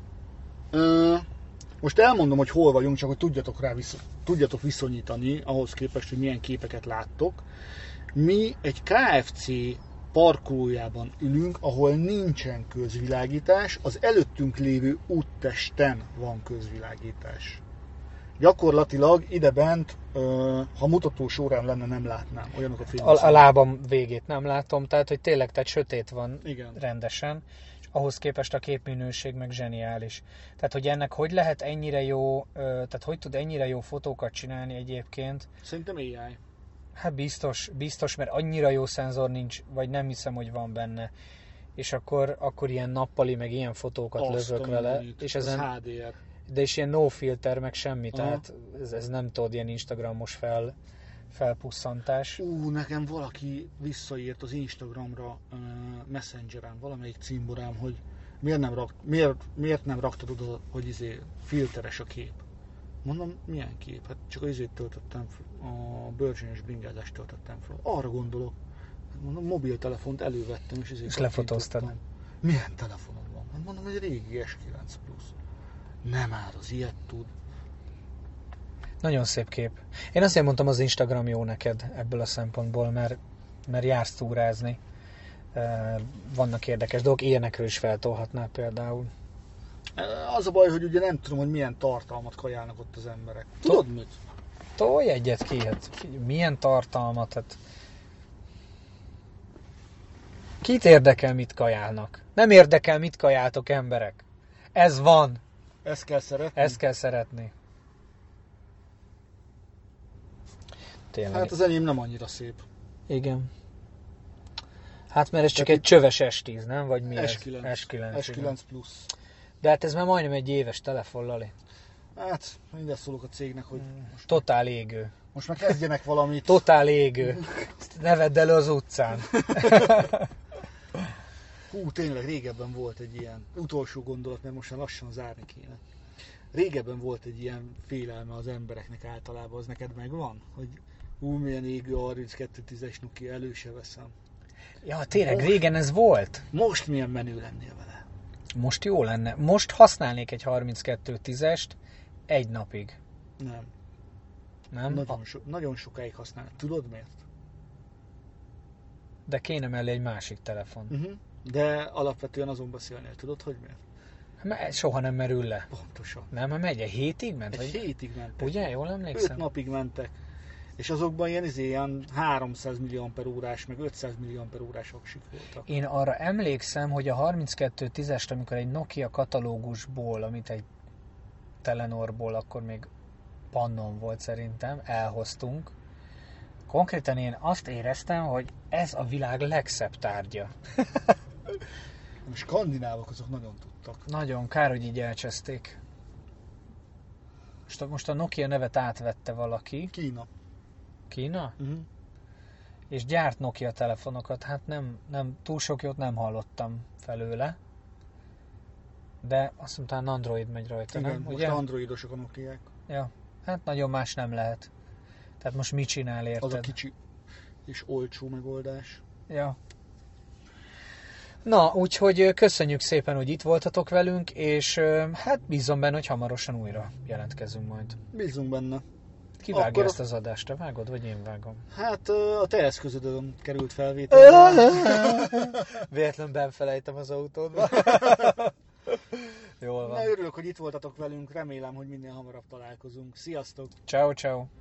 Most elmondom, hogy hol vagyunk, csak hogy tudjatok viszonyítani ahhoz képest, hogy milyen képeket láttok. Mi egy KFC parkolójában ülünk, ahol nincsen közvilágítás, az előttünk lévő úttesten van közvilágítás. Gyakorlatilag idebent, ha mutatós órán lenne, nem látnám. Olyanok a fényviszonyok. A lábam végét nem látom, tehát hogy tényleg sötét van. Igen. Rendesen. Ahhoz képest a képminőség meg zseniális. Tehát, hogy ennek hogy lehet ennyire jó, tehát hogy tud ennyire jó fotókat csinálni egyébként? Szerintem AI. Hát biztos, mert annyira jó szenzor nincs, vagy nem hiszem, hogy van benne. És akkor ilyen nappali, meg ilyen fotókat lövök vele. És ezen, HDR. de is ilyen no filter, meg semmi, tehát ez nem tudod, ilyen Instagramos felpusszantás. Nekem valaki visszaírt az Instagramra Messengeren, valamelyik címborám, hogy miért nem raktad oda, hogy filteres a kép. Mondom, milyen kép? Hát csak azért töltöttem fel, a bőrzsönyös bringázást töltöttem fel. Arra gondolok. Mondom, mobiltelefont elővettem, és lefotóztad. Milyen telefonom van? Hát mondom, egy régi S9 Plus. Nem áll, az ilyet tud. Nagyon szép kép. Én azért mondtam, az Instagram jó neked ebből a szempontból, mert jársz túrázni. Vannak érdekes dolgok, ilyenekről is feltolhatnál például. Az a baj, hogy ugye nem tudom, hogy milyen tartalmat kajálnak ott az emberek. Tudod mit? Tolj egyet ki, hát milyen tartalmat, hát... Kit érdekel, mit kajálnak? Nem érdekel, mit kajáltok, emberek. Ez van. Ezt kell szeretni? Ezt kell szeretni. Tényleg. Hát az enyém nem annyira szép. Igen. Hát mert ez csak egy csöves S10, nem? Vagy mi S9. ez? S9 Plus. De hát ez már majdnem egy éves telefon, Lali. Hát, mindezt szólok a cégnek, hogy... Totál égő. Most már kezdjenek valamit. Totál égő. Ne vedd elő az utcán. Tényleg régebben volt egy ilyen utolsó gondolat, mert most már lassan zárni kéne. Régebben volt egy ilyen félelme az embereknek általában, az neked megvan? Hogy milyen égő a 3210-es Nokia, elő se veszem. Ja, tényleg, régen ez volt. Most milyen menő lennél vele? Most jó lenne. Most használnék egy 3210-est egy napig. Nem? Nagyon sokáig használni. Tudod miért? De kéne mellé egy másik telefon. De alapvetően azon beszélnél. Tudod, hogy miért? Soha nem merül le. Pontosan. Nem, megy, egy hétig ment? Egy hétig mentek. Ugye, jól emlékszem? 5 napig mentek. És azokban ilyen 300 mAh, meg 500 mAh aksik voltak. Én arra emlékszem, hogy a 3210-est, amikor egy Nokia katalógusból, amit egy Telenorból, akkor még Pannon volt szerintem, elhoztunk. Konkrétan én azt éreztem, hogy ez a világ legszebb tárgya. A skandinávok azok nagyon tudtak. Nagyon, kár, hogy így elcseszték. Most a Nokia nevet átvette valaki. Kína? És gyárt Nokia telefonokat, hát nem túl sok jót nem hallottam felőle. De azt mondtam, Android megy rajta, igen, nem? most ugye? androidosok a Nokiák. Ja, hát nagyon más nem lehet. Tehát most mit csinál érted? Az a kicsi és olcsó megoldás. Ja. Na, úgyhogy köszönjük szépen, hogy itt voltatok velünk, és hát bízom benne, hogy hamarosan újra jelentkezünk majd. Bízunk benne. Ki vágja ezt az adást? Te vágod, vagy én vágom? Hát a te eszközödön került felvételre. Véletlenül benfelejtem az autódba. Jól van. Na, örülök, hogy itt voltatok velünk, remélem, hogy minél hamarabb találkozunk. Sziasztok! Ciao, ciao.